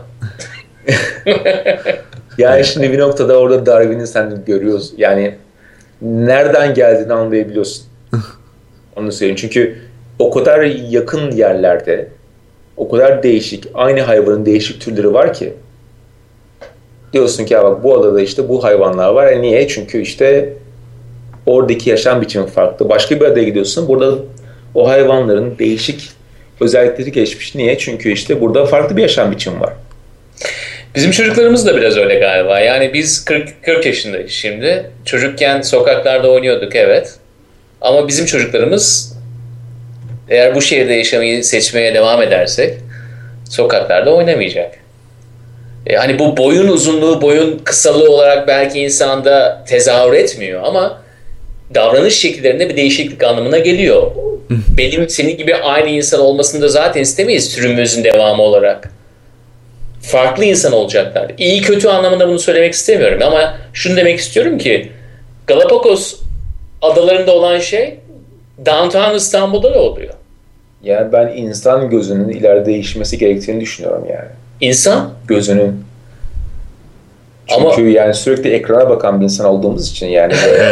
Yani şimdi bir noktada orada Darwin'i sen görüyorsun. Yani nereden geldiğini anlayabiliyorsun. Onu söyleyeyim. Çünkü o kadar yakın yerlerde o kadar değişik, aynı hayvanın değişik türleri var ki diyorsun ki ya bak bu adada işte bu hayvanlar var. Niye? Çünkü işte oradaki yaşam biçimi farklı. Başka bir adaya gidiyorsun. Burada o hayvanların değişik özellikleri geçmiş. Niye? Çünkü işte burada farklı bir yaşam biçimi var.
Bizim çocuklarımız da biraz öyle galiba. Yani biz 40 yaşındayız şimdi. Çocukken sokaklarda oynuyorduk evet. Ama bizim çocuklarımız eğer bu şehirde yaşamayı seçmeye devam edersek sokaklarda oynamayacak. Hani bu boyun uzunluğu, boyun kısalığı olarak belki insanda tezahür etmiyor ama davranış şekillerinde bir değişiklik anlamına geliyor. Benim senin gibi aynı insan olmasını da zaten istemeyiz türümüzün devamı olarak. Farklı insan olacaklar. İyi kötü anlamında bunu söylemek istemiyorum ama şunu demek istiyorum ki Galapagos adalarında olan şey Downtown İstanbul'da da oluyor.
Yani ben insan gözünün ileride değişmesi gerektiğini düşünüyorum yani.
İnsan?
Gözünün. Çünkü ama yani sürekli ekrana bakan bir insan olduğumuz için yani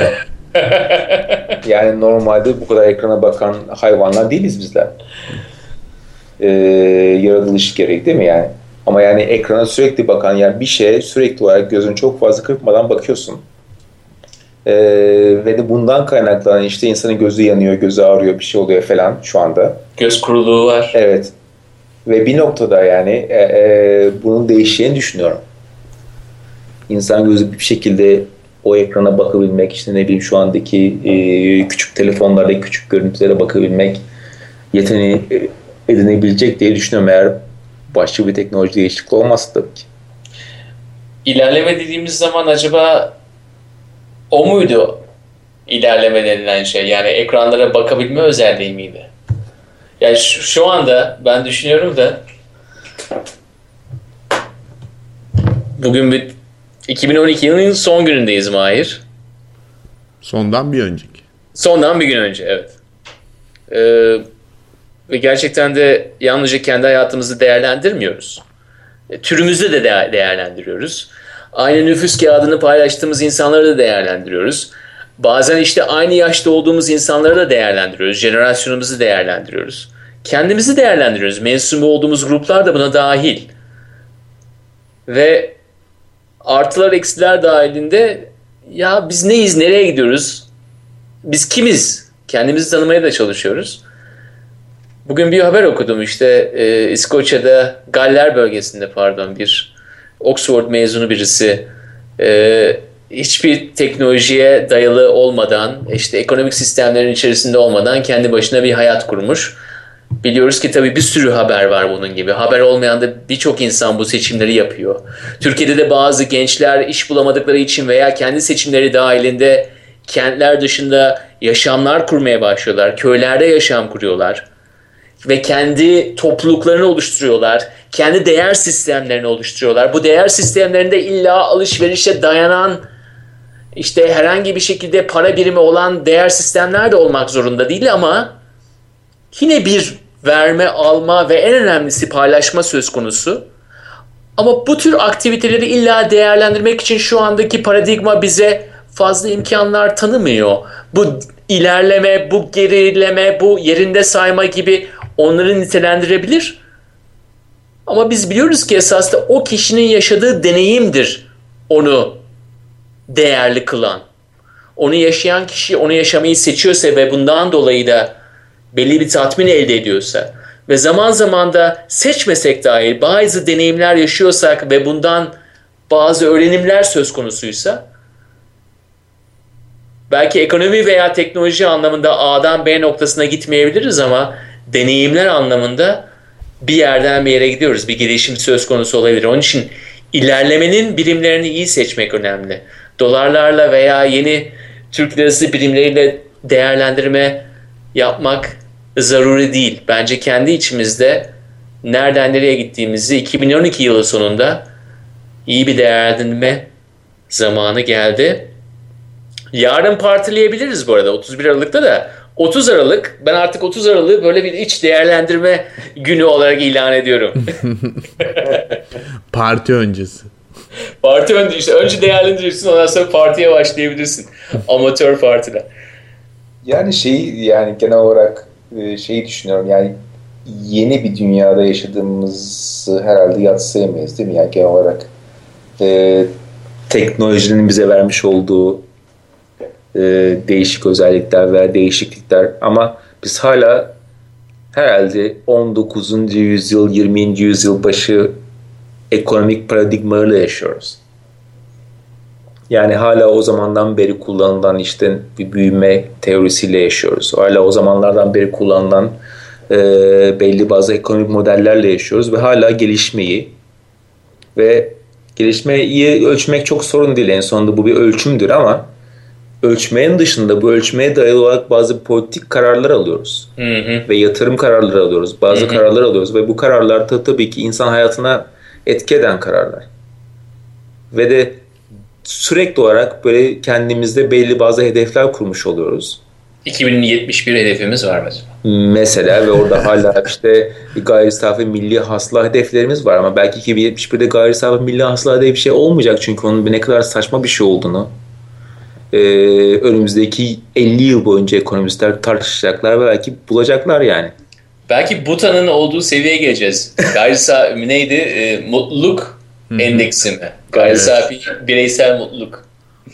yani normalde bu kadar ekrana bakan hayvanlar değiliz bizler. Yaratılış gereği değil mi yani? Ama yani ekrana sürekli bakan yani bir şeye sürekli olarak gözünü çok fazla kırpmadan bakıyorsun. Ve de bundan kaynaklanan işte insanın gözü yanıyor, gözü ağrıyor, bir şey oluyor falan şu anda.
Göz kuruluğu var.
Evet. Ve bir noktada yani bunun değişeceğini düşünüyorum. İnsan gözü bir şekilde o ekrana bakabilmek, işte ne bileyim şu andaki küçük telefonlardaki küçük görüntülere bakabilmek yeteneği edinebilecek diye düşünüyorum eğer başka bir teknoloji değişikliği olmazsa tabii ki.
İlerleme dediğimiz zaman acaba o muydu ilerleme denilen şey? Yani ekranlara bakabilme özelliği miydi? Yani şu anda ben düşünüyorum da bugün 2012 yılının son günündeyiz Mahir.
Sondan bir önceki.
Sondan bir gün önce evet. Ve gerçekten de yalnızca kendi hayatımızı değerlendirmiyoruz. Türümüzü de değerlendiriyoruz. Aynı nüfus kağıdını paylaştığımız insanları da değerlendiriyoruz. Bazen işte aynı yaşta olduğumuz insanları da değerlendiriyoruz. Jenerasyonumuzu değerlendiriyoruz. Kendimizi değerlendiriyoruz. Mensubu olduğumuz gruplar da buna dahil. Ve artılar eksiler dahilinde ya biz neyiz, nereye gidiyoruz? Biz kimiz? Kendimizi tanımaya da çalışıyoruz. Bugün bir haber okudum işte İskoçya'da Galler bölgesinde bir Oxford mezunu birisi hiçbir teknolojiye dayalı olmadan işte ekonomik sistemlerin içerisinde olmadan kendi başına bir hayat kurmuş. Biliyoruz ki tabii bir sürü haber var bunun gibi. Haber olmayan da birçok insan bu seçimleri yapıyor. Türkiye'de de bazı gençler iş bulamadıkları için veya kendi seçimleri dahilinde kentler dışında yaşamlar kurmaya başlıyorlar. Köylerde yaşam kuruyorlar. Ve kendi topluluklarını oluşturuyorlar. Kendi değer sistemlerini oluşturuyorlar. Bu değer sistemlerinde illa alışverişe dayanan işte herhangi bir şekilde para birimi olan değer sistemler de olmak zorunda değil ama yine bir verme, alma ve en önemlisi paylaşma söz konusu. Ama bu tür aktiviteleri illa değerlendirmek için şu andaki paradigma bize fazla imkanlar tanımıyor. Bu ilerleme, bu gerileme, bu yerinde sayma gibi onları nitelendirebilir. Ama biz biliyoruz ki esasında o kişinin yaşadığı deneyimdir onu değerli kılan. Onu yaşayan kişi onu yaşamayı seçiyorsa ve bundan dolayı da belli bir tatmin elde ediyorsa ve zaman zaman da seçmesek dahi bazı deneyimler yaşıyorsak ve bundan bazı öğrenimler söz konusuysa belki ekonomi veya teknoloji anlamında A'dan B noktasına gitmeyebiliriz ama deneyimler anlamında bir yerden bir yere gidiyoruz. Bir gelişim söz konusu olabilir. Onun için ilerlemenin birimlerini iyi seçmek önemli. Dolarlarla veya yeni Türk lirası birimleriyle değerlendirme yapmak zaruri değil. Bence kendi içimizde nereden nereye gittiğimizi 2012 yılı sonunda iyi bir değerlendirme zamanı geldi. Yarın partileyebiliriz bu arada 31 Aralık'ta da. 30 Aralık, ben artık 30 Aralık'ı böyle bir iç değerlendirme günü olarak ilan ediyorum.
Parti öncesi.
Parti önce işte önce değerlendirirsin, ondan sonra partiye başlayabilirsin. Amatör partiler.
Yani yani genel olarak şeyi düşünüyorum, yani yeni bir dünyada yaşadığımızı herhalde yadsıyamayız değil mi? Yani genel olarak
Teknolojinin bize vermiş olduğu değişik özellikler veya değişiklikler, ama biz hala herhalde 19. yüzyıl 20. yüzyıl başı ekonomik paradigmalarla yaşıyoruz. Yani hala o zamandan beri kullanılan işte bir büyüme teorisiyle yaşıyoruz. Hala o zamanlardan beri kullanılan belli bazı ekonomik modellerle yaşıyoruz ve hala gelişmeyi ölçmek çok sorun değil. En sonunda bu bir ölçümdür, ama ölçmenin dışında bu ölçmeye dayalı olarak bazı politik kararlar alıyoruz. Ve yatırım kararları alıyoruz. Bazı kararlar alıyoruz ve bu kararlar da tabii ki insan hayatına etki eden kararlar. Ve de sürekli olarak böyle kendimizde belli bazı hedefler kurmuş oluyoruz.
2071 hedefimiz var mesela.
Mesela ve orada hala işte gayri safi milli hasıla hedeflerimiz var, ama belki 2071'de gayri safi milli hasıla diye bir şey olmayacak, çünkü onun ne kadar saçma bir şey olduğunu önümüzdeki 50 yıl boyunca ekonomistler tartışacaklar ve belki bulacaklar yani.
Belki Bhutan'ın olduğu seviyeye geleceğiz. Gayri safi neydi? Mutluluk endeksi mi? Gayri safi bireysel mutluluk.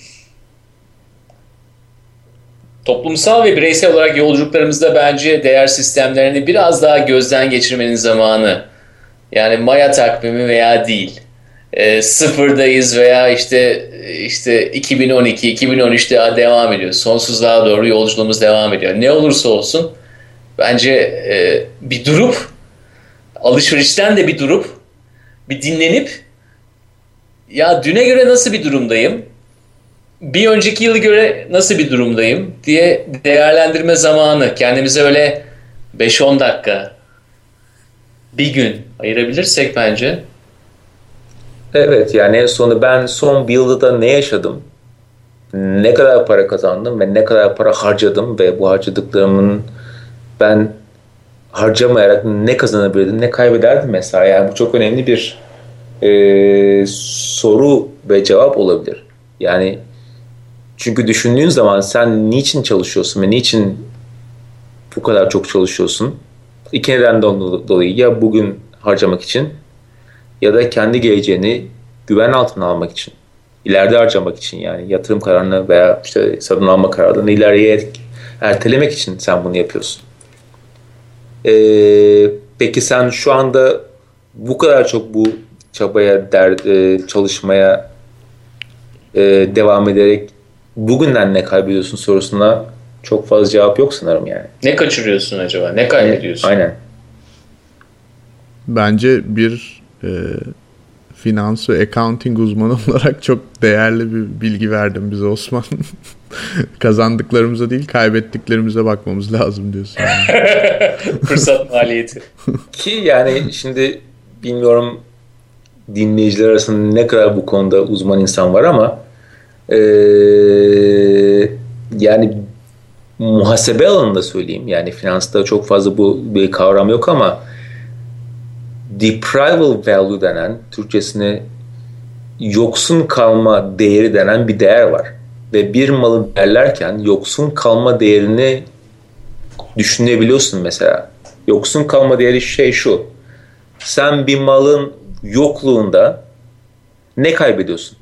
Toplumsal ve bireysel olarak yolculuklarımızda bence değer sistemlerini biraz daha gözden geçirmenin zamanı. Yani Maya takvimi veya değil. Sıfırdayız veya işte 2012, 2013'te devam ediyor. Sonsuzluğa doğru yolculuğumuz devam ediyor. Ne olursa olsun bence bir durup, alışverişten de bir durup, bir dinlenip, ya düne göre nasıl bir durumdayım, bir önceki yılı göre nasıl bir durumdayım diye değerlendirme zamanı. Kendimize öyle 5-10 dakika, bir gün ayırabilirsek bence.
Evet, yani en sonu ben son bir yılda da ne yaşadım, ne kadar para kazandım ve ne kadar para harcadım ve bu harcadıklarımın ben harcamayarak ne kazanabilirdim, ne kaybederdim mesela. Yani bu çok önemli bir soru ve cevap olabilir. Yani çünkü düşündüğün zaman sen niçin çalışıyorsun ve niçin bu kadar çok çalışıyorsun? İki nedenden dolayı, ya bugün harcamak için ya da kendi geleceğini güven altına almak için. İleride harcamak için, yani yatırım kararını veya işte satın alma kararını ileriye ertelemek için sen bunu yapıyorsun. Peki sen şu anda bu kadar çok bu çabaya, çalışmaya devam ederek bugünden ne kaybediyorsun sorusuna çok fazla cevap yok sanırım yani.
Ne kaçırıyorsun acaba? Ne kaybediyorsun?
Aynen.
Bence bir finans ve accounting uzmanı olarak çok değerli bir bilgi verdin bize Osman. Kazandıklarımıza değil, kaybettiklerimize bakmamız lazım diyorsun. Yani.
Fırsat maliyeti.
Ki yani şimdi bilmiyorum dinleyiciler arasında ne kadar bu konuda uzman insan var, ama yani muhasebe alanında söyleyeyim, yani finansta çok fazla bu bir kavram yok, ama deprival value denen, Türkçesine yoksun kalma değeri denen bir değer var. Ve bir malı değerlerken yoksun kalma değerini düşünebiliyorsun mesela. Yoksun kalma değeri şey şu: sen bir malın yokluğunda ne kaybediyorsun?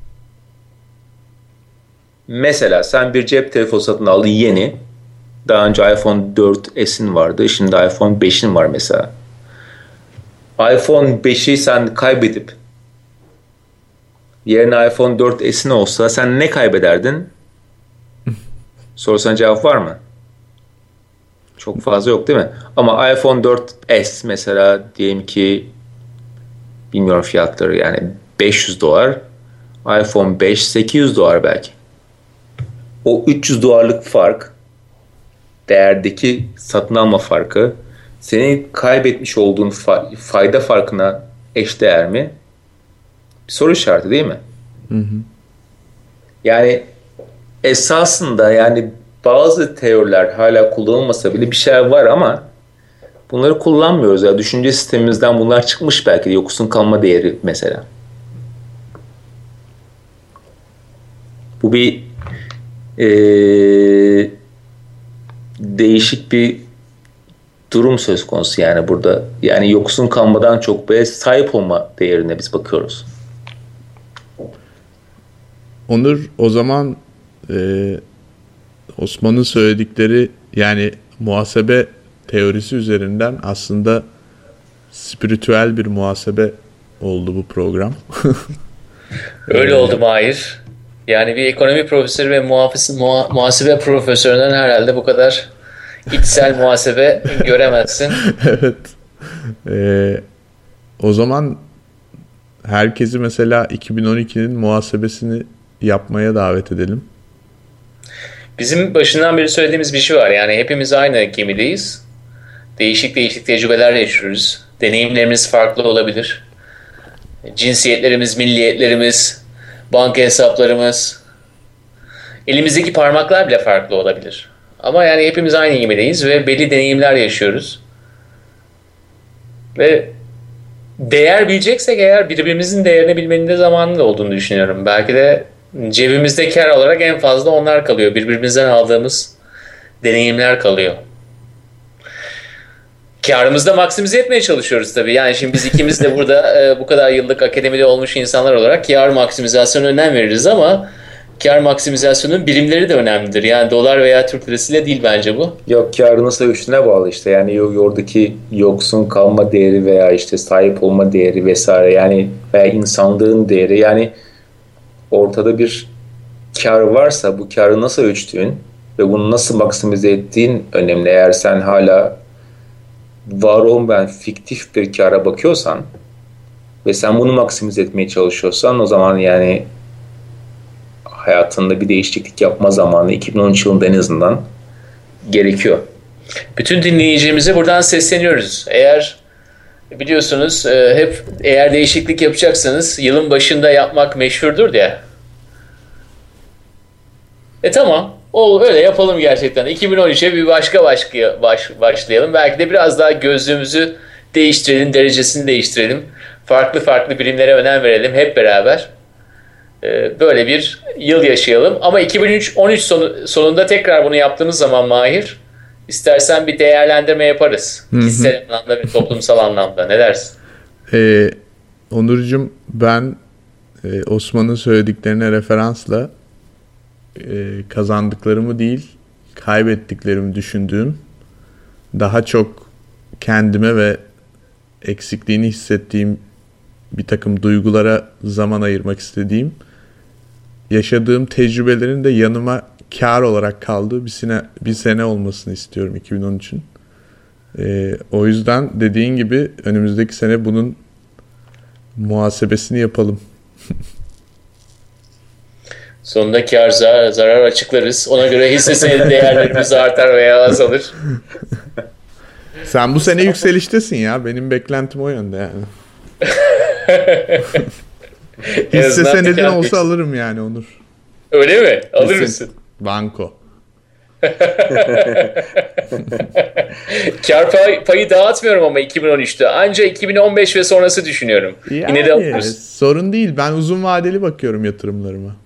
Mesela sen bir cep telefonu satın aldın, yeni. Daha önce iPhone 4S'in vardı. Şimdi iPhone 5'in var mesela. iPhone 5'i sen kaybedip yerine iPhone 4S'in olsa sen ne kaybederdin? Sorusuna cevap var mı? Çok fazla yok değil mi? Ama iPhone 4S mesela diyelim ki bilmiyorum fiyatları yani $500. iPhone 5 $800 belki. O $300 fark, değerdeki satın alma farkı senin kaybetmiş olduğun fayda farkına eşdeğer mi? Bir soru işareti değil mi? Hı hı. Yani esasında yani bazı teoriler hala kullanılmasa bile bir şeyler var ama bunları kullanmıyoruz. Ya düşünce sistemimizden bunlar çıkmış belki de yoksun kalma değeri mesela. Bu bir değişik bir durum söz konusu yani burada. Yani yoksun kalmadan çok böyle sahip olma değerine biz bakıyoruz.
Onur, o zaman Osman'ın söyledikleri yani muhasebe teorisi üzerinden aslında spiritüel bir muhasebe oldu bu program.
Öyle oldu Mahir. Yani bir ekonomi profesörü ve muhasebe profesöründen herhalde bu kadar içsel muhasebe göremezsin.
Evet. O zaman herkesi mesela 2012'nin muhasebesini yapmaya davet edelim.
Bizim başından beri söylediğimiz bir şey var. Yani hepimiz aynı gemideyiz. Değişik tecrübeler yaşıyoruz. Deneyimlerimiz farklı olabilir. Cinsiyetlerimiz, milliyetlerimiz, banka hesaplarımız, elimizdeki parmaklar bile farklı olabilir. Ama yani hepimiz aynı gemideyiz ve belli deneyimler yaşıyoruz. Ve değer bileceksek eğer birbirimizin değerini bilmenin de zamanında olduğunu düşünüyorum. Belki de cebimizde kar olarak en fazla onlar kalıyor. Birbirimizden aldığımız deneyimler kalıyor. Karımızı da maksimize etmeye çalışıyoruz tabii. Yani şimdi biz ikimiz de burada bu kadar yıllık akademide olmuş insanlar olarak kar maksimizasyonuna önem veririz ama kar maksimizasyonunun birimleri de önemlidir. Yani dolar veya Türk lirasıyla değil bence bu.
Yok, karı nasıl ölçtüğüne bağlı işte. Yani oradaki yoksun kalma değeri veya işte sahip olma değeri vesaire yani veya insanlığın değeri yani ortada bir kar varsa bu karı nasıl ölçtüğün ve bunu nasıl maksimize ettiğin önemli. Eğer sen hala var olmayan fiktif bir kâra bakıyorsan ve sen bunu maksimize etmeye çalışıyorsan o zaman yani hayatında bir değişiklik yapma zamanı 2013 yılında en azından gerekiyor.
Bütün dinleyicilerimize buradan sesleniyoruz. Eğer biliyorsunuz hep eğer değişiklik yapacaksanız yılın başında yapmak meşhurdur ya. Tamam. Öyle yapalım gerçekten. 2013'e bir başlayalım. Belki de biraz daha gözlüğümüzü değiştirelim, derecesini değiştirelim. Farklı birimlere önem verelim hep beraber. Böyle bir yıl yaşayalım. Ama 2013 sonunda tekrar bunu yaptığımız zaman Mahir, istersen bir değerlendirme yaparız. Kişisel anlamda ve toplumsal anlamda. Ne dersin?
Onurcuğum, ben Osman'ın söylediklerine referansla kazandıklarımı değil, kaybettiklerimi düşündüğüm, daha çok kendime ve eksikliğini hissettiğim bir takım duygulara zaman ayırmak istediğim, yaşadığım tecrübelerin de yanıma kar olarak kaldığı bir sene olmasını istiyorum 2013'ün. O yüzden dediğin gibi önümüzdeki sene bunun muhasebesini yapalım.
Sonunda kar zarar açıklarız. Ona göre hisse senedi değerlerimiz artar veya azalır.
Sen bu sene yükseliştesin ya. Benim beklentim o yönde yani. Hisse senedin olsa alırım yani Onur.
Öyle mi? Alır mısın?
Banko.
Kar payı dağıtmıyorum ama 2013'te. Anca 2015 ve sonrası düşünüyorum.
Yani,
yine de alırız.
Sorun değil. Ben uzun vadeli bakıyorum yatırımlarıma.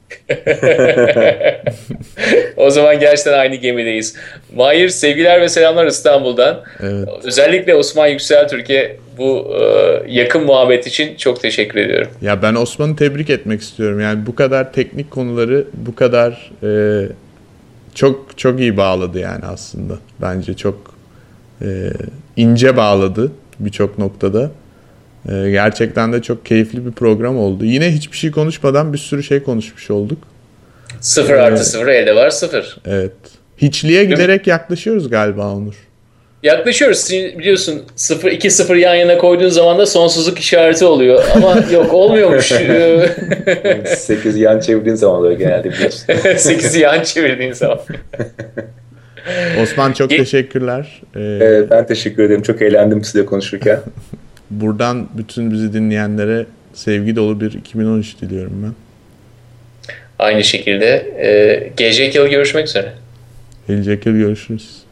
O zaman gerçekten aynı gemideyiz. Mahir, sevgiler ve selamlar İstanbul'dan.
Evet.
Özellikle Osman Yüksel Türkiye bu yakın muhabbet için çok teşekkür ediyorum.
Ya ben Osman'ı tebrik etmek istiyorum. Yani bu kadar teknik konuları bu kadar çok iyi bağladı yani aslında. Bence çok ince bağladı birçok noktada. Gerçekten de çok keyifli bir program oldu. Yine hiçbir şey konuşmadan bir sürü şey konuşmuş olduk.
0 artı 0 elde var 0.
Evet. Hiçliğe giderek yaklaşıyoruz galiba Onur.
Yaklaşıyoruz. Biliyorsun 2-0 yan yana koyduğun zaman da sonsuzluk işareti oluyor. Ama yok, olmuyormuş.
8 yan çevirdiğin zaman oluyor genelde, biliyorsun.
8'i yan çevirdiğin zaman.
Osman çok teşekkürler.
Ben teşekkür ederim. Çok eğlendim sizinle konuşurken.
Buradan bütün bizi dinleyenlere sevgi dolu bir 2013 diliyorum ben.
Aynı şekilde. Gelecek yıl görüşmek üzere.
Gelecek yıl görüşürüz.